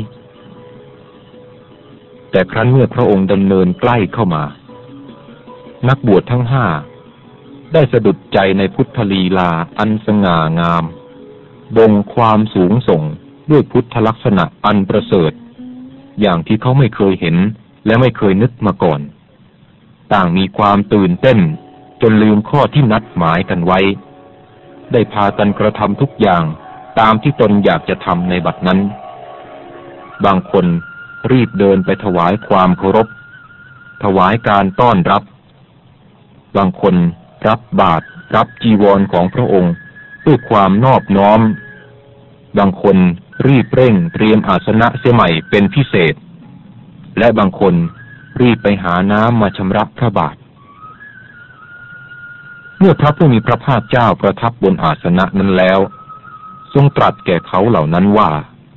แต่ครั้นเมื่อพระองค์ดำเนินใกล้เข้ามานักบวชทั้งห้าได้สะดุดใจในพุทธลีลาอันสง่างามบ่งความสูงส่งด้วยพุทธลักษณะอันประเสริฐอย่างที่เขาไม่เคยเห็นและไม่เคยนึกมาก่อนต่างมีความตื่นเต้นจนลืมข้อที่นัดหมายกันไว้ได้พากันกระทำทุกอย่างตามที่ตนอยากจะทำในบัดนั้นบางคนรีบเดินไปถวายความเคารพถวายการต้อนรับบางคนรับบาตรรับจีวรของพระองค์ด้วยความนอบน้อมบางคนรีบเร่งเตรียมอาสนะเสียใหม่เป็นพิเศษและบางคนรีบไปหาน้ำมาชำระพระบาทเมื่อพระผู้มีพระภาคเจ้าประทับบนอาสนะนั้นแล้วทรงตรัสแก่เขาเหล่านั้นว่า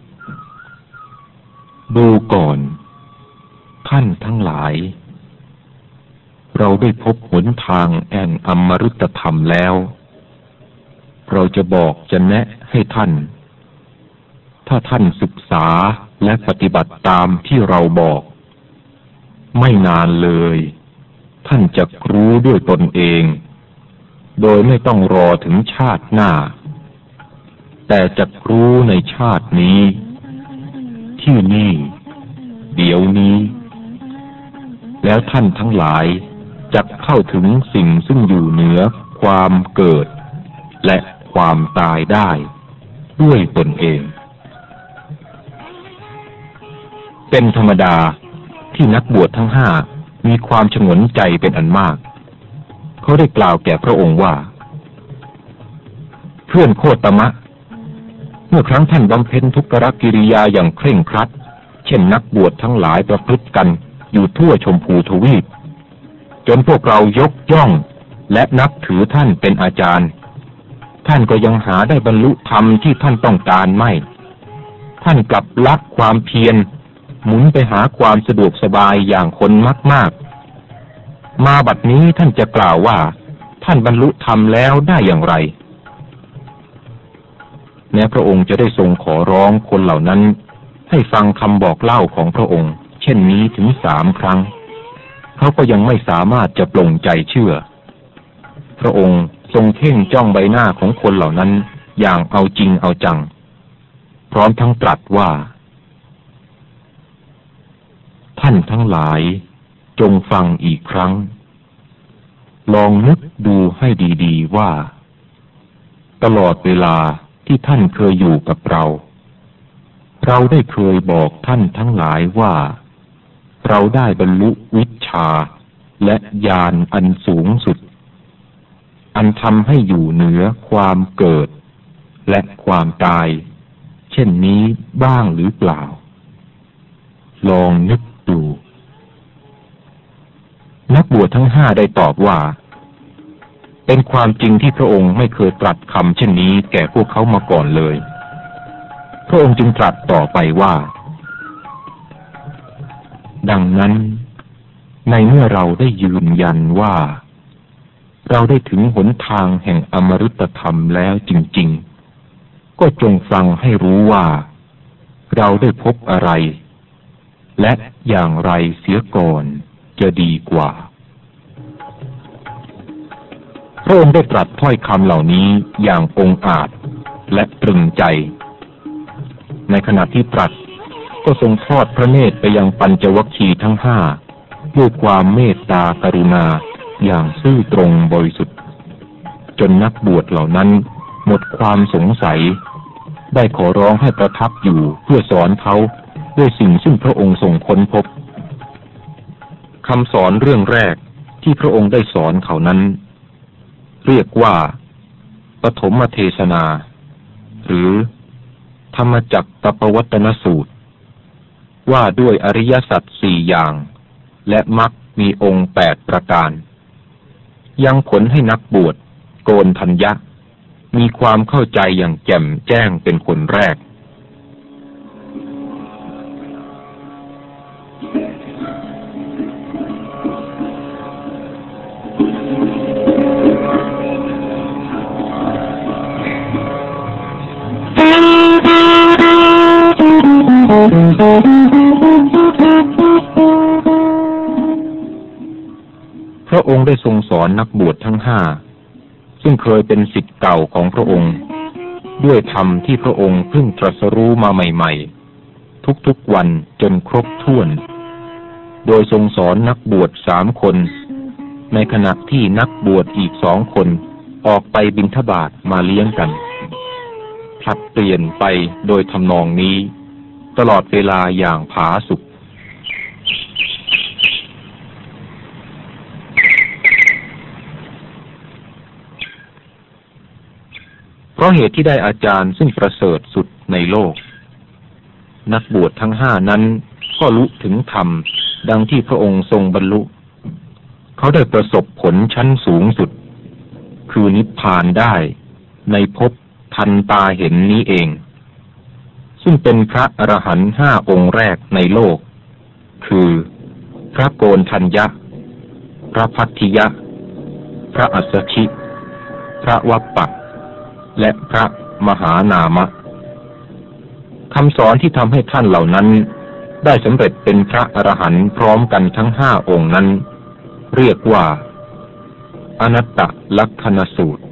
ดูก่อนท่านทั้งหลายเราได้พบหนทางแห่งอมฤตธรรมแล้วเราจะบอกจะแนะให้ท่านถ้าท่านศึกษาและปฏิบัติตามที่เราบอกไม่นานเลยท่านจะรู้ด้วยตนเองโดยไม่ต้องรอถึงชาติหน้าแต่จะรู้ในชาตินี้ที่นี่เดี๋ยวนี้แล้วท่านทั้งหลายจะเข้าถึงสิ่งซึ่งอยู่เหนือความเกิดและความตายได้ด้วยตนเองเป็นธรรมดาที่นักบวชทั้งห้ามีความฉงนใจเป็นอันมากเขาได้กล่าวแก่พระองค์ว่าเพื่อนโคตมะเมื่อครั้งท่านบำเพ็ญทุกขกิริยาอย่างเคร่งครัดเช่นนักบวชทั้งหลายประพฤติกันอยู่ทั่วชมพูทวีปจนพวกเรายกย่องและนับถือท่านเป็นอาจารย์ท่านก็ยังหาได้บรรลุธรรมที่ท่านต้องการไม่ท่านกลับละความเพียรหมุนไปหาความสะดวกสบายอย่างคนมากๆมาบัดนี้ท่านจะกล่าวว่าท่านบรรลุธรรมแล้วได้อย่างไรแม้พระองค์จะได้ทรงขอร้องคนเหล่านั้นให้ฟังคำบอกเล่าของพระองค์เช่นนี้ถึงสามครั้งเขาก็ยังไม่สามารถจะปลงใจเชื่อพระองค์ทรงเพ่งจ้องใบหน้าของคนเหล่านั้นอย่างเอาจริงเอาจังพร้อมทั้งตรัสว่าท่านทั้งหลายจงฟังอีกครั้งลองนึกดูให้ดีๆว่าตลอดเวลาที่ท่านเคยอยู่กับเราเราได้เคยบอกท่านทั้งหลายว่าเราได้บรรลุวิชชาและญาณอันสูงสุดอันทำให้อยู่เหนือความเกิดและความตายเช่นนี้บ้างหรือเปล่าลองนึกดูนักบวชทั้งห้าได้ตอบว่าเป็นความจริงที่พระองค์ไม่เคยตรัสคำเช่นนี้แก่พวกเขามาก่อนเลยพระองค์จึงตรัสต่อไปว่าดังนั้นในเมื่อเราได้ยืนยันว่าเราได้ถึงหนทางแห่งอมฤตธรรมแล้วจริงๆก็จงฟังให้รู้ว่าเราได้พบอะไรและอย่างไรเสียก่อนจะดีกว่าพระองค์ได้ตรัสถ้อยคำเหล่านี้อย่างองอาจและตรึงใจในขณะที่ตรัสก็ทรงทอดพระเนตรไปยังปัญจวัคคีย์ทั้งห้าด้วยความเมตตากรุณาอย่างซื่อตรงบริสุทธิ์จนนักบวชเหล่านั้นหมดความสงสัยได้ขอร้องให้ประทับอยู่เพื่อสอนเขาด้วยสิ่งซึ่งพระองค์ทรงค้นพบคำสอนเรื่องแรกที่พระองค์ได้สอนเขานั้นเรียกว่าปฐมเทศนาหรือธรรมจักรปวัตตนสูตรว่าด้วยอริยสัจสี่อย่างและมรรคมีองค์แปดประการยังผลให้นักบวชโกณฑัญญะมีความเข้าใจอย่างแจ่มแจ้งเป็นคนแรกพระองค์ได้ทรงสอนนักบวชทั้งห้าซึ่งเคยเป็นศิษย์เก่าของพระองค์ด้วยธรรมที่พระองค์เพิ่งตรัสรู้มาใหม่ๆทุกๆวันจนครบถ้วนโดยทรงสอนนักบวชสามคนในขณะที่นักบวชอีกสองคนออกไปบิณฑบาตมาเลี้ยงกันผลัดเปลี่ยนไปโดยทำนองนี้ตลอดเวลาอย่างผาสุกเพราะเหตุที่ได้อาจารย์ซึ่งประเสริฐสุดในโลกนักบวชทั้งห้านั้นก็รู้ถึงธรรมดังที่พระองค์ทรงบรรลุเขาได้ประสบผลชั้นสูงสุดคือนิพพานได้ในภพทันตาเห็นนี้เองซึ่งเป็นพระอรหันต์ห้าองค์แรกในโลกคือพระโกณฑัญญะพระพัทธิยะพระอัสสชิพระวัปปะและพระมหานามะคำสอนที่ทำให้ท่านเหล่านั้นได้สำเร็จเป็นพระอรหันต์พร้อมกันทั้งห้าองค์นั้นเรียกว่าอนัตตลักขณสูตร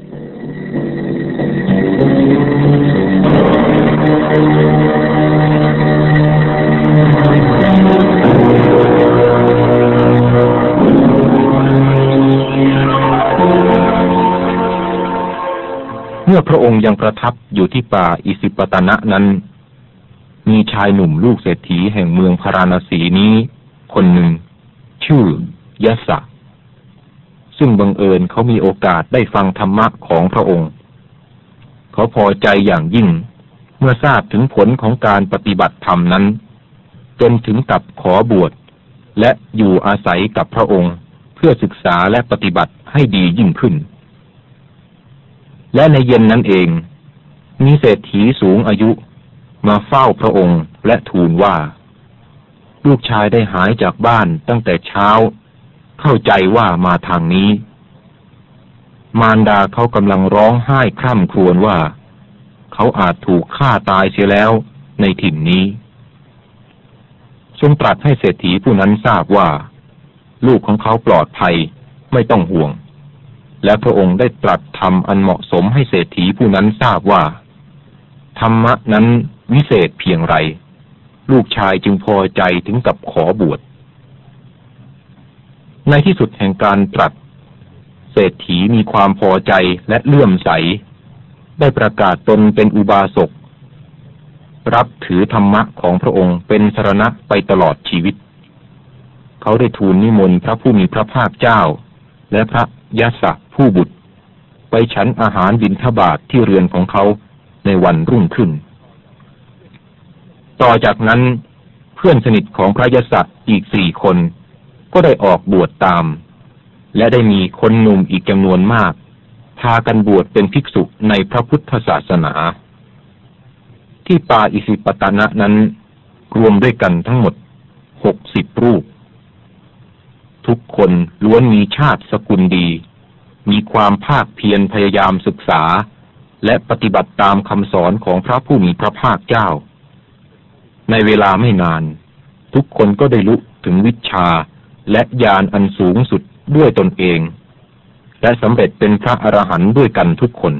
เมื่อพระองค์ยังประทับอยู่ที่ป่าอิสิปตนะนั้นมีชายหนุ่มลูกเศรษฐีแห่งเมืองพาราณสีนี้คนหนึ่งชื่อยะสะซึ่งบังเอิญเขามีโอกาสได้ฟังธรรมะของพระองค์เขาพอใจอย่างยิ่งเมื่อทราบถึงผลของการปฏิบัติธรรมนั้นจนถึงกับขอบวชและอยู่อาศัยกับพระองค์เพื่อศึกษาและปฏิบัติให้ดียิ่งขึ้นและในเย็นนั้นเองมีเศรษฐีสูงอายุมาเฝ้าพระองค์และทูลว่าลูกชายได้หายจากบ้านตั้งแต่เช้าเข้าใจว่ามาทางนี้มารดาเขากำลังร้องไห้คร่ำครวญว่าเขาอาจถูกฆ่าตายเสียแล้วในถิ่นนี้ทรงตรัสให้เศรษฐีผู้นั้นทราบว่าลูกของเขาปลอดภัยไม่ต้องห่วงและพระองค์ได้ตรัสธรรมอันเหมาะสมให้เศรษฐีผู้นั้นทราบว่าธรรมะนั้นวิเศษเพียงไรลูกชายจึงพอใจถึงกับขอบวชในที่สุดแห่งการตรัสเศรษฐีมีความพอใจและเลื่อมใสได้ประกาศตนเป็นอุบาสกรับถือธรรมะของพระองค์เป็นสรณะไปตลอดชีวิตเขาได้ทูลนิมนต์พระผู้มีพระภาคเจ้าและพระยะสะผู้บุตรไปฉันอาหารบิณฑบาตที่เรือนของเขาในวันรุ่งขึ้นต่อจากนั้นเพื่อนสนิทของพระยะสะอีกสี่คนก็ได้ออกบวชตามและได้มีคนหนุ่มอีกจำนวนมากพากันบวชเป็นภิกษุในพระพุทธศาสนาที่ป่าอิสิปตนะนั้นรวมด้วยกันทั้งหมดหกสิบรูปทุกคนล้วนมีชาติสกุลดีมีความภาคเพียรพยายามศึกษาและปฏิบัติตามคำสอนของพระผู้มีพระภาคเจ้าในเวลาไม่นานทุกคนก็ได้รู้ถึงวิชชาและญาณอันสูงสุดด้วยตนเองและสำเร็จเป็นพระอรหันต์ด้วยกันทุกคน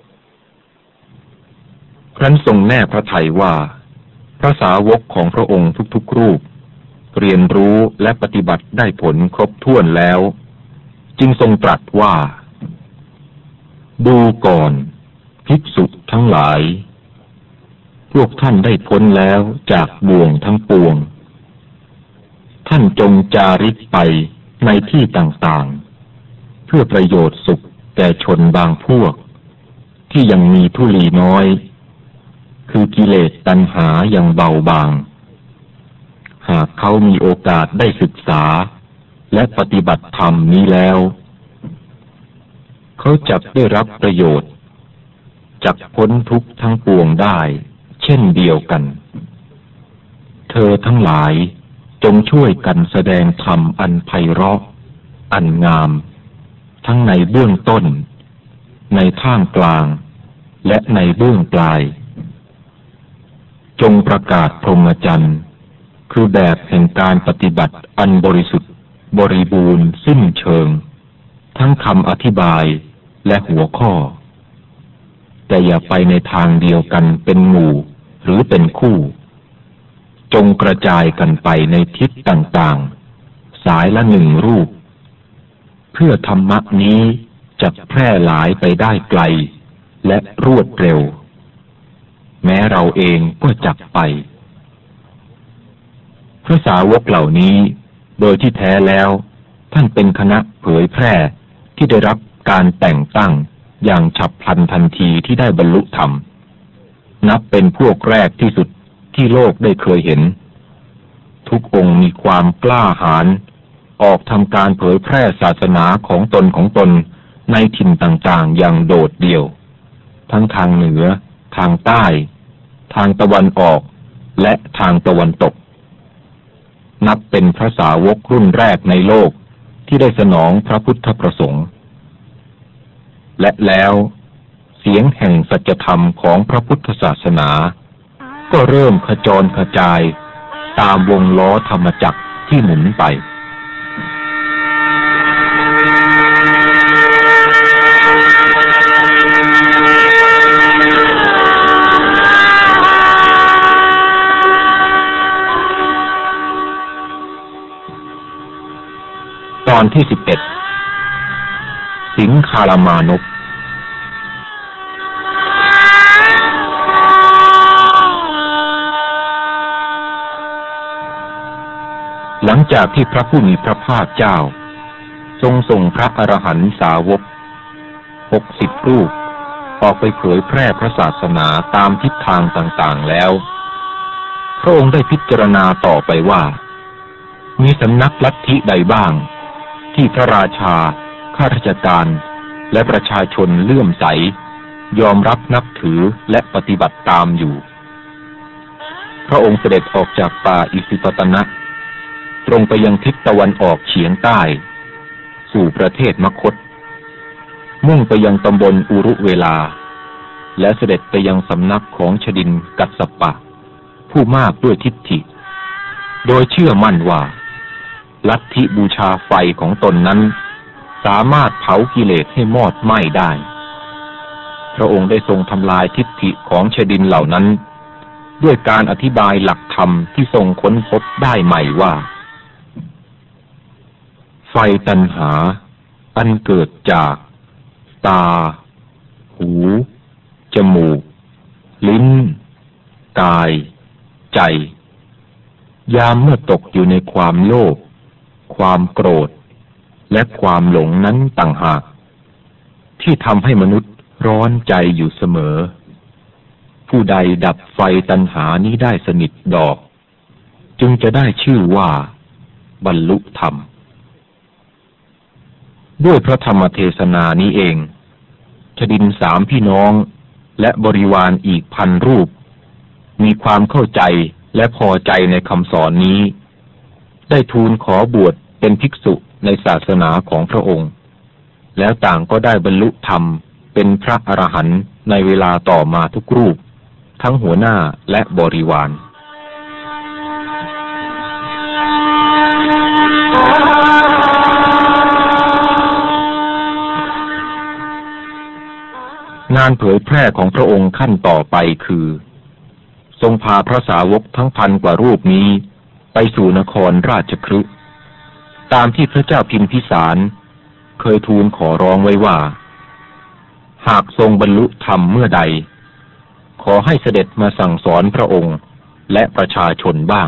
ครั้นทรงแน่พระทัยว่าพระสาวกของพระองค์ทุกๆรูปเรียนรู้และปฏิบัติได้ผลครบถ้วนแล้วจึงทรงตรัสว่าดูก่อนภิกษุทั้งหลายพวกท่านได้พ้นแล้วจากบ่วงทั้งปวงท่านจงจาริกไปในที่ต่างๆเพื่อประโยชน์สุขแก่ชนบางพวกที่ยังมีทุลีน้อยคือกิเลสตัณหายังเบาบางหากเขามีโอกาสได้ศึกษาและปฏิบัติธรรมนี้แล้วเขาจักได้รับประโยชน์จักพ้นทุกข์ทั้งปวงได้เช่นเดียวกันเธอทั้งหลายจงช่วยกันแสดงธรรมอันไพเราะอันงามทั้งในเบื้องต้นในท่ามกลางและในเบื้องปลายจงประกาศพรหมจรรย์คือแบบแห่งการปฏิบัติอันบริสุทธิ์บริบูรณ์สิ้นเชิงทั้งคำอธิบายและหัวข้อแต่อย่าไปในทางเดียวกันเป็นหมู่หรือเป็นคู่จงกระจายกันไปในทิศต่างๆสายละหนึ่งรูปเพื่อธรรมะนี้จะแพร่หลายไปได้ไกลและรวดเร็วแม้เราเองก็จักไปพระสาวกเหล่านี้โดยที่แท้แล้วท่านเป็นคณะเผยแพร่ที่ได้รับการแต่งตั้งอย่างฉับพลันทันทีที่ได้บรรลุธรรมนับเป็นพวกแรกที่สุดที่โลกได้เคยเห็นทุกองค์มีความกล้าหาญออกทำการเผยแพร่ศาสนาของตนของตนในถิ่นต่างๆอย่างโดดเดี่ยวทั้งทางเหนือทางใต้ทางตะวันออกและทางตะวันตกนับเป็นพระสาวกรุ่นแรกในโลกที่ได้สนองพระพุทธประสงค์และแล้วเสียงแห่งสัจธรรมของพระพุทธศาสนาก็เริ่มขจรกระจายตามวงล้อธรรมจักรที่หมุนไปตอนที่สิบเอ็ดสิงคารมานพหลังจากที่พระผู้มีพระภาคเจ้าทรงส่งพระอรหันตสาวกหกสิบรูปออกไปเผยแพร่พระศาสนาตามทิศทางต่างๆแล้วพระองค์ได้พิจารณาต่อไปว่ามีสำนักลัทธิใดบ้างที่พระราชาข้าราชการและประชาชนเลื่อมใสยอมรับนับถือและปฏิบัติตามอยู่พระองค์เสด็จออกจากป่าอิสิปตนะตรงไปยังทิศตะวันออกเฉียงใต้สู่ประเทศมคธมุ่งไปยังตำบลอุรุเวลาและเสด็จไปยังสำนักของชดินกัสสปะผู้มากด้วยทิฏฐิโดยเชื่อมั่นว่าลัทธิบูชาไฟของตนนั้นสามารถเผากิเลสให้มอดไหม้ได้พระองค์ได้ทรงทำลายทิฏฐิของชดินเหล่านั้นด้วยการอธิบายหลักธรรมที่ทรงค้นพบได้ใหม่ว่าไฟตัณหาอันเกิดจากตาหูจมูกลิ้นกายใจยามเมื่อตกอยู่ในความโลภความโกรธและความหลงนั้นต่างหากที่ทำให้มนุษย์ร้อนใจอยู่เสมอผู้ใดดับไฟตัณหานี้ได้สนิทดอกจึงจะได้ชื่อว่าบรรลุธรรมด้วยพระธรรมเทศนานี้เองชดินสามพี่น้องและบริวารอีกพันรูปมีความเข้าใจและพอใจในคำสอนนี้ได้ทูลขอบวชเป็นภิกษุในศาสนาของพระองค์แล้วต่างก็ได้บรรลุธรรมเป็นพระอรหันต์ในเวลาต่อมาทุกรูปทั้งหัวหน้าและบริวารงานเผยแพร่ของพระองค์ขั้นต่อไปคือทรงพาพระสาวกทั้งพันกว่ารูปนี้ไปสู่นครราชคฤห์ตามที่พระเจ้าพิมพิสารเคยทูลขอร้องไว้ว่าหากทรงบรรลุธรรมเมื่อใดขอให้เสด็จมาสั่งสอนพระองค์และประชาชนบ้าง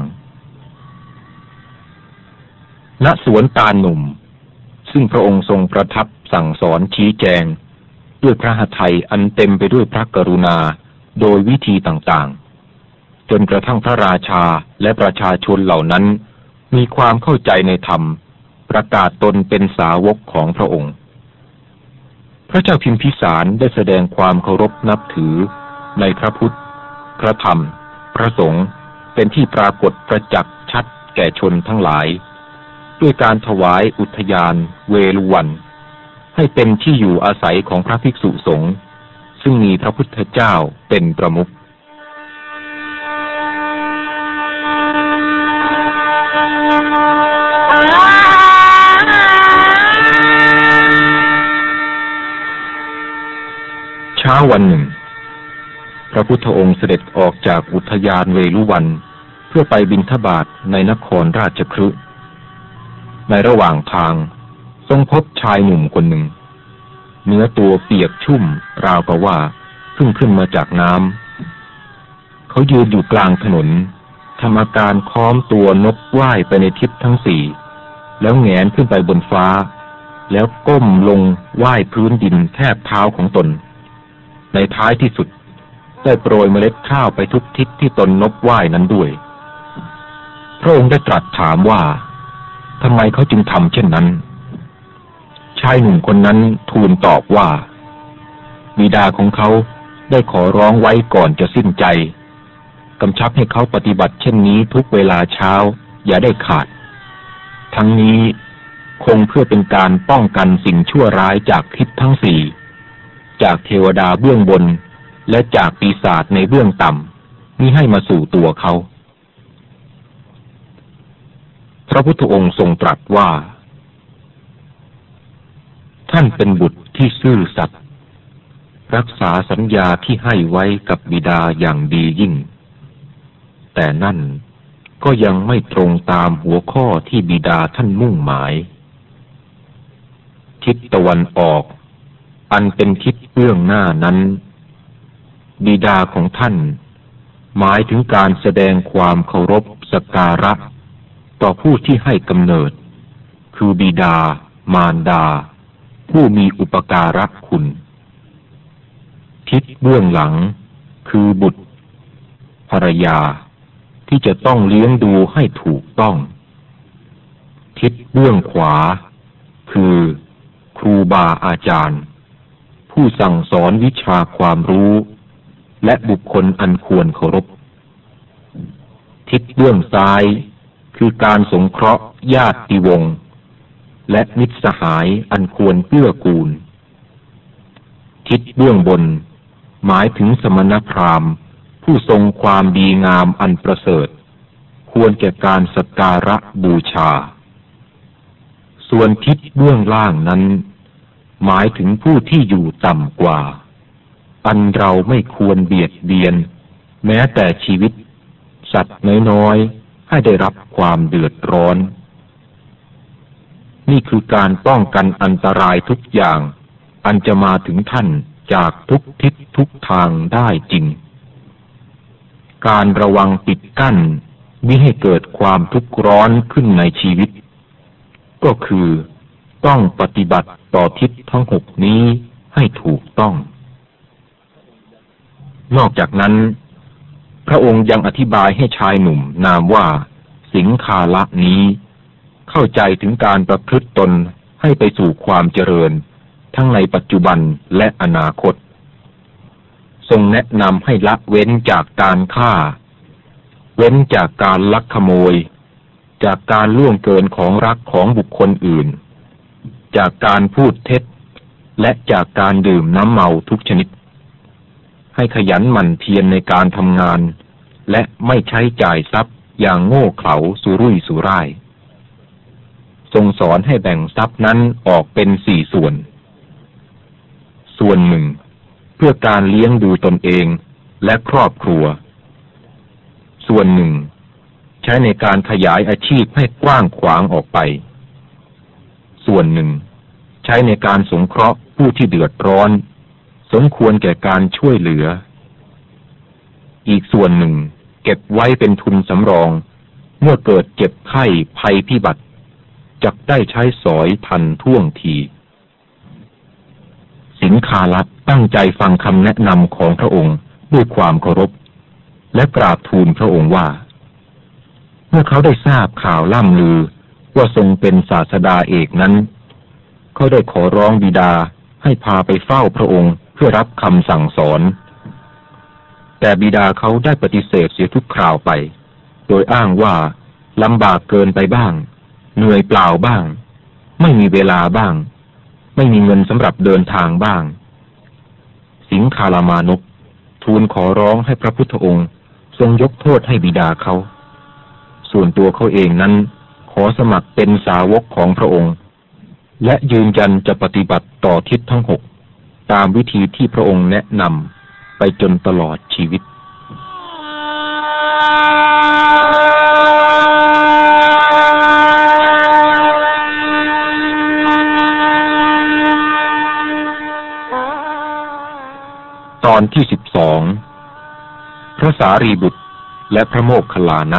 ณสวนตาลหนุ่มซึ่งพระองค์ทรงประทับสั่งสอนชี้แจงด้วยพระหทัยอันเต็มไปด้วยพระกรุณาโดยวิธีต่างๆจนกระทั่งพระราชาและประชาชนเหล่านั้นมีความเข้าใจในธรรมประกาศตนเป็นสาวกของพระองค์พระเจ้าพิมพิสารได้แสดงความเคารพนับถือในพระพุทธพระธรรมพระสงฆ์เป็นที่ปรากฏประจักษ์ชัดแก่ชนทั้งหลายด้วยการถวายอุทยานเวฬุวันให้เป็นที่อยู่อาศัยของพระภิกษุสงฆ์ซึ่งมีพระพุทธเจ้าเป็นประมุขเช้าวันหนึ่งพระพุทธองค์เสด็จออกจากอุทยานเวฬุวันเพื่อไปบิณฑบาตในนครราชคฤห์ในระหว่างทางทรงพบชายหนุ่มคนหนึ่งเนื้อตัวเปียกชุ่มราวกับว่าเพิ่งขึ้นมาจากน้ำเขายืนอยู่กลางถนนทำอาการค้อมตัวนกว่ายไปในทิศทั้งสี่แล้วแหงนขึ้นไปบนฟ้าแล้วก้มลงว่ายพื้นดินแทบเท้าของตนในท้ายที่สุดได้โปรยเมล็ดข้าวไปทุกทิศที่ตนนกว่ายนั้นด้วยพระองค์ได้ตรัสถามว่าทำไมเขาจึงทำเช่นนั้นชายหนุ่มคนนั้นทูลตอบว่าบิดาของเขาได้ขอร้องไว้ก่อนจะสิ้นใจกำชับให้เขาปฏิบัติเช่นนี้ทุกเวลาเช้าอย่าได้ขาดทั้งนี้คงเพื่อเป็นการป้องกันสิ่งชั่วร้ายจากทิศทั้งสี่จากเทวดาเบื้องบนและจากปีศาจในเบื้องต่ำมิให้มาสู่ตัวเขาพระพุทธองค์ทรงตรัสว่าท่านเป็นบุตรที่ซื่อสัตย์รักษาสัญญาที่ให้ไว้กับบิดาอย่างดียิ่งแต่นั่นก็ยังไม่ตรงตามหัวข้อที่บิดาท่านมุ่งหมายทิศตะวันออกอันเป็นทิศเบื้องหน้านั้นบิดาของท่านหมายถึงการแสดงความเคารพสักการะต่อผู้ที่ให้กำเนิดคือบิดามารดาผู้มีอุปการะคุณทิศเบื้องหลังคือบุตรภรรยาที่จะต้องเลี้ยงดูให้ถูกต้องทิศเบื้องขวาคือครูบาอาจารย์ผู้สั่งสอนวิชาความรู้และบุคคลอันควรเคารพทิศเบื้องซ้ายคือการสงเคราะห์ญาติวงศ์และมิตรสหายอันควรเกื้อกูลทิศเบื้องบนหมายถึงสมณพราหมณ์ผู้ทรงความดีงามอันประเสริฐควรแก่การสักการะบูชาส่วนทิศเบื้องล่างนั้นหมายถึงผู้ที่อยู่ต่ำกว่าอันเราไม่ควรเบียดเบียนแม้แต่ชีวิตสัตว์น้อยๆให้ได้รับความเดือดร้อนนี่คือการป้องกันอันตรายทุกอย่างอันจะมาถึงท่านจากทุกทิศทุกทางได้จริงการระวังปิดกั้นมิให้เกิดความทุกข์ร้อนขึ้นในชีวิตก็คือต้องปฏิบัติต่อทิศทั้งหกนี้ให้ถูกต้องนอกจากนั้นพระองค์ยังอธิบายให้ชายหนุ่มนามว่าสิงคาละนี้เข้าใจถึงการประพฤติตนให้ไปสู่ความเจริญทั้งในปัจจุบันและอนาคตทรงแนะนำให้ละเว้นจากการฆ่าเว้นจากการลักขโมยจากการล่วงเกินของรักของบุคคลอื่นจากการพูดเท็จและจากการดื่มน้ำเมาทุกชนิดให้ขยันหมั่นเพียรในการทำงานและไม่ใช้จ่ายทรัพย์อย่างโง่เขลาสุรุ่ยสุร่ายทรงสอนให้แบ่งทรัพย์นั้นออกเป็นสี่ส่วนส่วนหนึ่งเพื่อการเลี้ยงดูตนเองและครอบครัวส่วนหนึ่งใช้ในการขยายอาชีพให้กว้างขวางออกไปส่วนหนึ่งใช้ในการสงเคราะห์ผู้ที่เดือดร้อนสมควรแก่การช่วยเหลืออีกส่วนหนึ่งเก็บไว้เป็นทุนสำรองเมื่อเกิดเจ็บไข้ภัยพิบัติจักได้ใช้สอยทันท่วงทีสิงคาลัตตั้งใจฟังคำแนะนำของพระองค์ด้วยความเคารพและกราบทูลพระองค์ว่าเมื่อเขาได้ทราบข่าวล่ำลือว่าทรงเป็นศาสดาเอกนั้นเขาได้ขอร้องบิดาให้พาไปเฝ้าพระองค์เพื่อรับคำสั่งสอนแต่บิดาเขาได้ปฏิเสธเสียทุกคราวไปโดยอ้างว่าลำบากเกินไปบ้างเหนื่อยเปล่าบ้างไม่มีเวลาบ้างไม่มีเงินสำหรับเดินทางบ้างสิงคารามานพทูลขอร้องให้พระพุทธองค์ทรงยกโทษให้บิดาเขาส่วนตัวเขาเองนั้นขอสมัครเป็นสาวกของพระองค์และยืนยันจะปฏิบัติต่อทิศทั้งหกตามวิธีที่พระองค์แนะนำไปจนตลอดชีวิตตอนที่สิบสองพระสารีบุตรและพระโมคคัลลานะ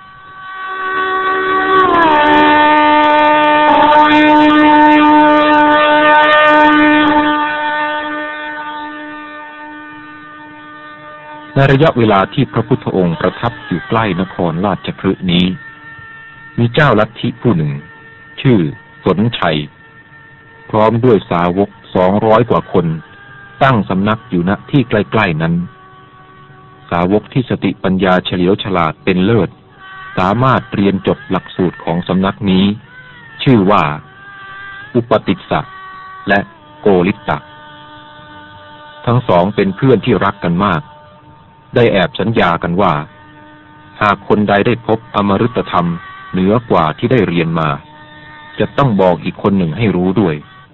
ในระยะเวลาที่พระพุทธองค์ประทับอยู่ใกล้นครราชคฤห์นี้มีเจ้าลัทธิผู้หนึ่งชื่อสนชัยพร้อมด้วยสาวกสองร้อยกว่าคนตั้งสำนักอยู่ณที่ใกล้ๆนั้นสาวกที่สติปัญญาเฉลียวฉลาดเป็นเลิศสามารถเรียนจบหลักสูตรของสำนักนี้ชื่อว่าอุปติสสะและโกลิตะทั้งสองเป็นเพื่อนที่รักกันมากได้แอบสัญญากันว่าหากคนใดได้พบอมฤตธรรมเหนือกว่าที่ได้เรียนมาจะต้องบอกอีกคนหนึ่งให้รู้ด้วย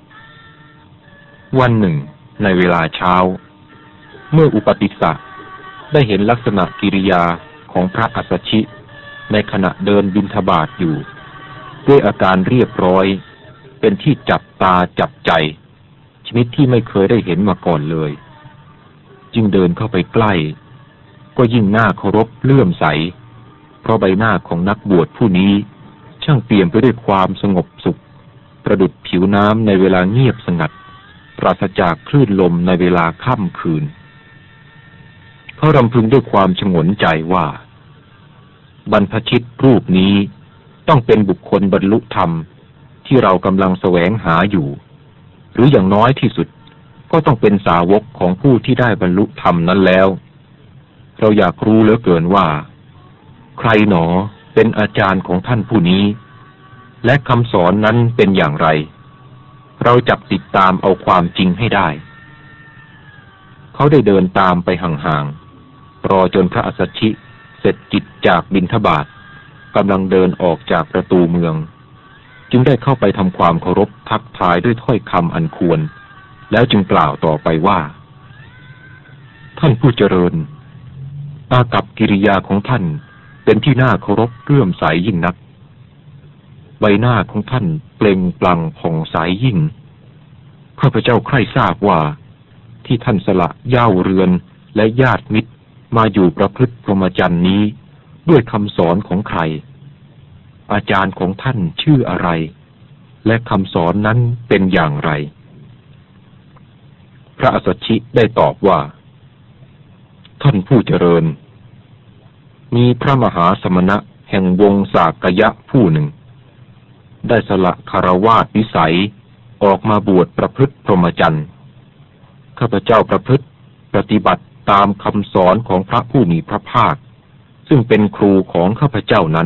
วันหนึ่งในเวลาเช้าเมื่ออุปติสสะได้เห็นลักษณะกิริยาของพระอัสสชิในขณะเดินบิณฑบาตอยู่ด้วยอาการเรียบร้อยเป็นที่จับตาจับใจชนิดที่ไม่เคยได้เห็นมาก่อนเลยจึงเดินเข้าไปใกล้ก็ยิ่งน่าเคารพเลื่อมใสเพราะใบหน้าของนักบวชผู้นี้ช่างเปี่ยมไปด้วยความสงบสุขประดุจผิวน้ำในเวลาเงียบสงัดปราศจากคลื่นลมในเวลาค่ำคืนเขารำพึงด้วยความฉงนใจว่าบรรพชิตรูปนี้ต้องเป็นบุคคลบรรลุธรรมที่เรากำลังแสวงหาอยู่หรืออย่างน้อยที่สุดก็ต้องเป็นสาวกของผู้ที่ได้บรรลุธรรมนั้นแล้วเราอยากรู้เหลือเกินว่าใครหนอเป็นอาจารย์ของท่านผู้นี้และคำสอนนั้นเป็นอย่างไรเราจักติดตามเอาความจริงให้ได้เขาได้เดินตามไปห่างๆรอจนพระอัสสชิเสร็จกิจจากบิณฑบาตกำลังเดินออกจากประตูเมืองจึงได้เข้าไปทำความเคารพทักทายด้วยถ้อยคำอันควรแล้วจึงกล่าวต่อไปว่าท่านผู้เจริญอากัปกิริยาของท่านเป็นที่น่าเคารพเลื่อมใสยิ่งนักใบหน้าของท่านเปล่งปลั่งผ่องใสยิ่งข้าพเจ้าใคร่ทราบว่าที่ท่านสละเหย้าเรือนและญาติมิตรมาอยู่ประพฤติพรหมจรรย์นี้ด้วยคำสอนของใครอาจารย์ของท่านชื่ออะไรและคำสอนนั้นเป็นอย่างไรพระอัสสชิได้ตอบว่าท่านผู้เจริญมีพระมหาสมณะแห่งวงศากยะผู้หนึ่งได้สละคฤหัสถ์วิสัยออกมาบวชประพฤติพรหมจรรย์ข้าพเจ้าประพฤติปฏิบัติตามคำสอนของพระผู้มีพระภาคซึ่งเป็นครูของข้าพเจ้านั้น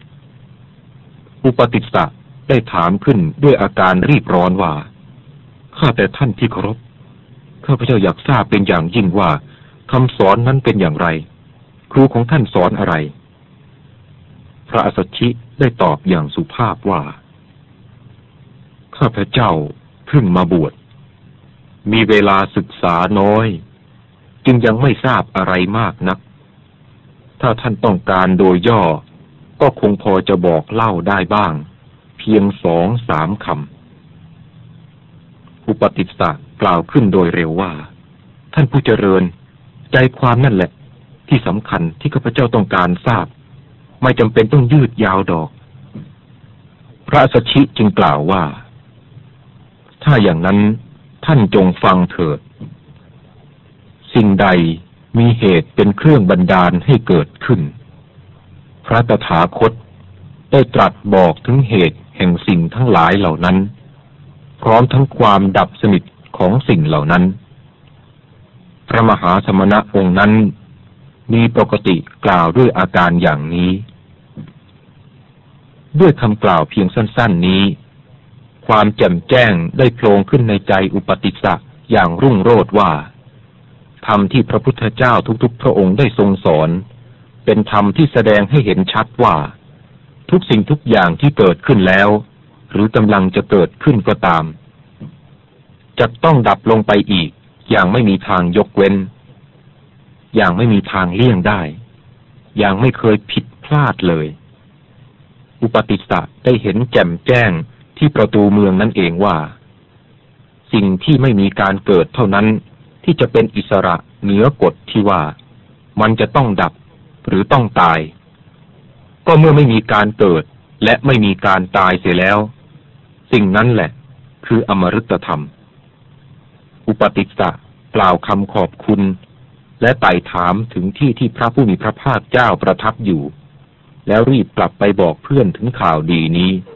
อุปติสสะได้ถามขึ้นด้วยอาการรีบร้อนว่าข้าแต่ท่านที่เคารพข้าพเจ้าอยากทราบเป็นอย่างยิ่งว่าคำสอนนั้นเป็นอย่างไรครูของท่านสอนอะไรพระอัสสชิได้ตอบอย่างสุภาพว่าข้าพเจ้าเพิ่งมาบวชมีเวลาศึกษาน้อยจึงยังไม่ทราบอะไรมากนักถ้าท่านต้องการโดยย่อก็คงพอจะบอกเล่าได้บ้างเพียงสองสามคำอุปติสสะกล่าวขึ้นโดยเร็วว่าท่านผู้เจริญใจความนั่นแหละที่สำคัญที่ข้าพเจ้าต้องการทราบไม่จำเป็นต้องยืดยาวดอกพระสัชชิจึงกล่าวว่าถ้าอย่างนั้นท่านจงฟังเถิดสิ่งใดมีเหตุเป็นเครื่องบันดาลให้เกิดขึ้นพระตถาคตได้ตรัสบอกถึงเหตุแห่งสิ่งทั้งหลายเหล่านั้นพร้อมทั้งความดับสนิทของสิ่งเหล่านั้นพระมหาสมณะองค์นั้นมีปกติกล่าวด้วยอาการอย่างนี้ด้วยคำกล่าวเพียงสั้นๆนี้ความแจ่มแจ้งได้โผล่ขึ้นในใจอุปติสสะอย่างรุ่งโรจน์ว่าธรรมที่พระพุทธเจ้าทุกๆพระองค์ได้ทรงสอนเป็นธรรมที่แสดงให้เห็นชัดว่าทุกสิ่งทุกอย่างที่เกิดขึ้นแล้วหรือกำลังจะเกิดขึ้นก็ตามจะต้องดับลงไปอีกอย่างไม่มีทางยกเว้นอย่างไม่มีทางเลี่ยงได้อย่างไม่เคยผิดพลาดเลยอุปติสสะได้เห็นแจ่มแจ้งที่ประตูเมืองนั่นเองว่าสิ่งที่ไม่มีการเกิดเท่านั้นที่จะเป็นอิสระเหนือกฎที่ว่ามันจะต้องดับหรือต้องตายก็เมื่อไม่มีการเกิดและไม่มีการตายเสียแล้วสิ่งนั้นแหละคืออมฤตธรรมอุปติสสะกล่าวคำขอบคุณและไต่ถามถึงที่ที่พระผู้มีพระภาคเจ้าประทับอยู่แล้วรีบกลับไปบอกเพื่อนถึงข่าวดีนี้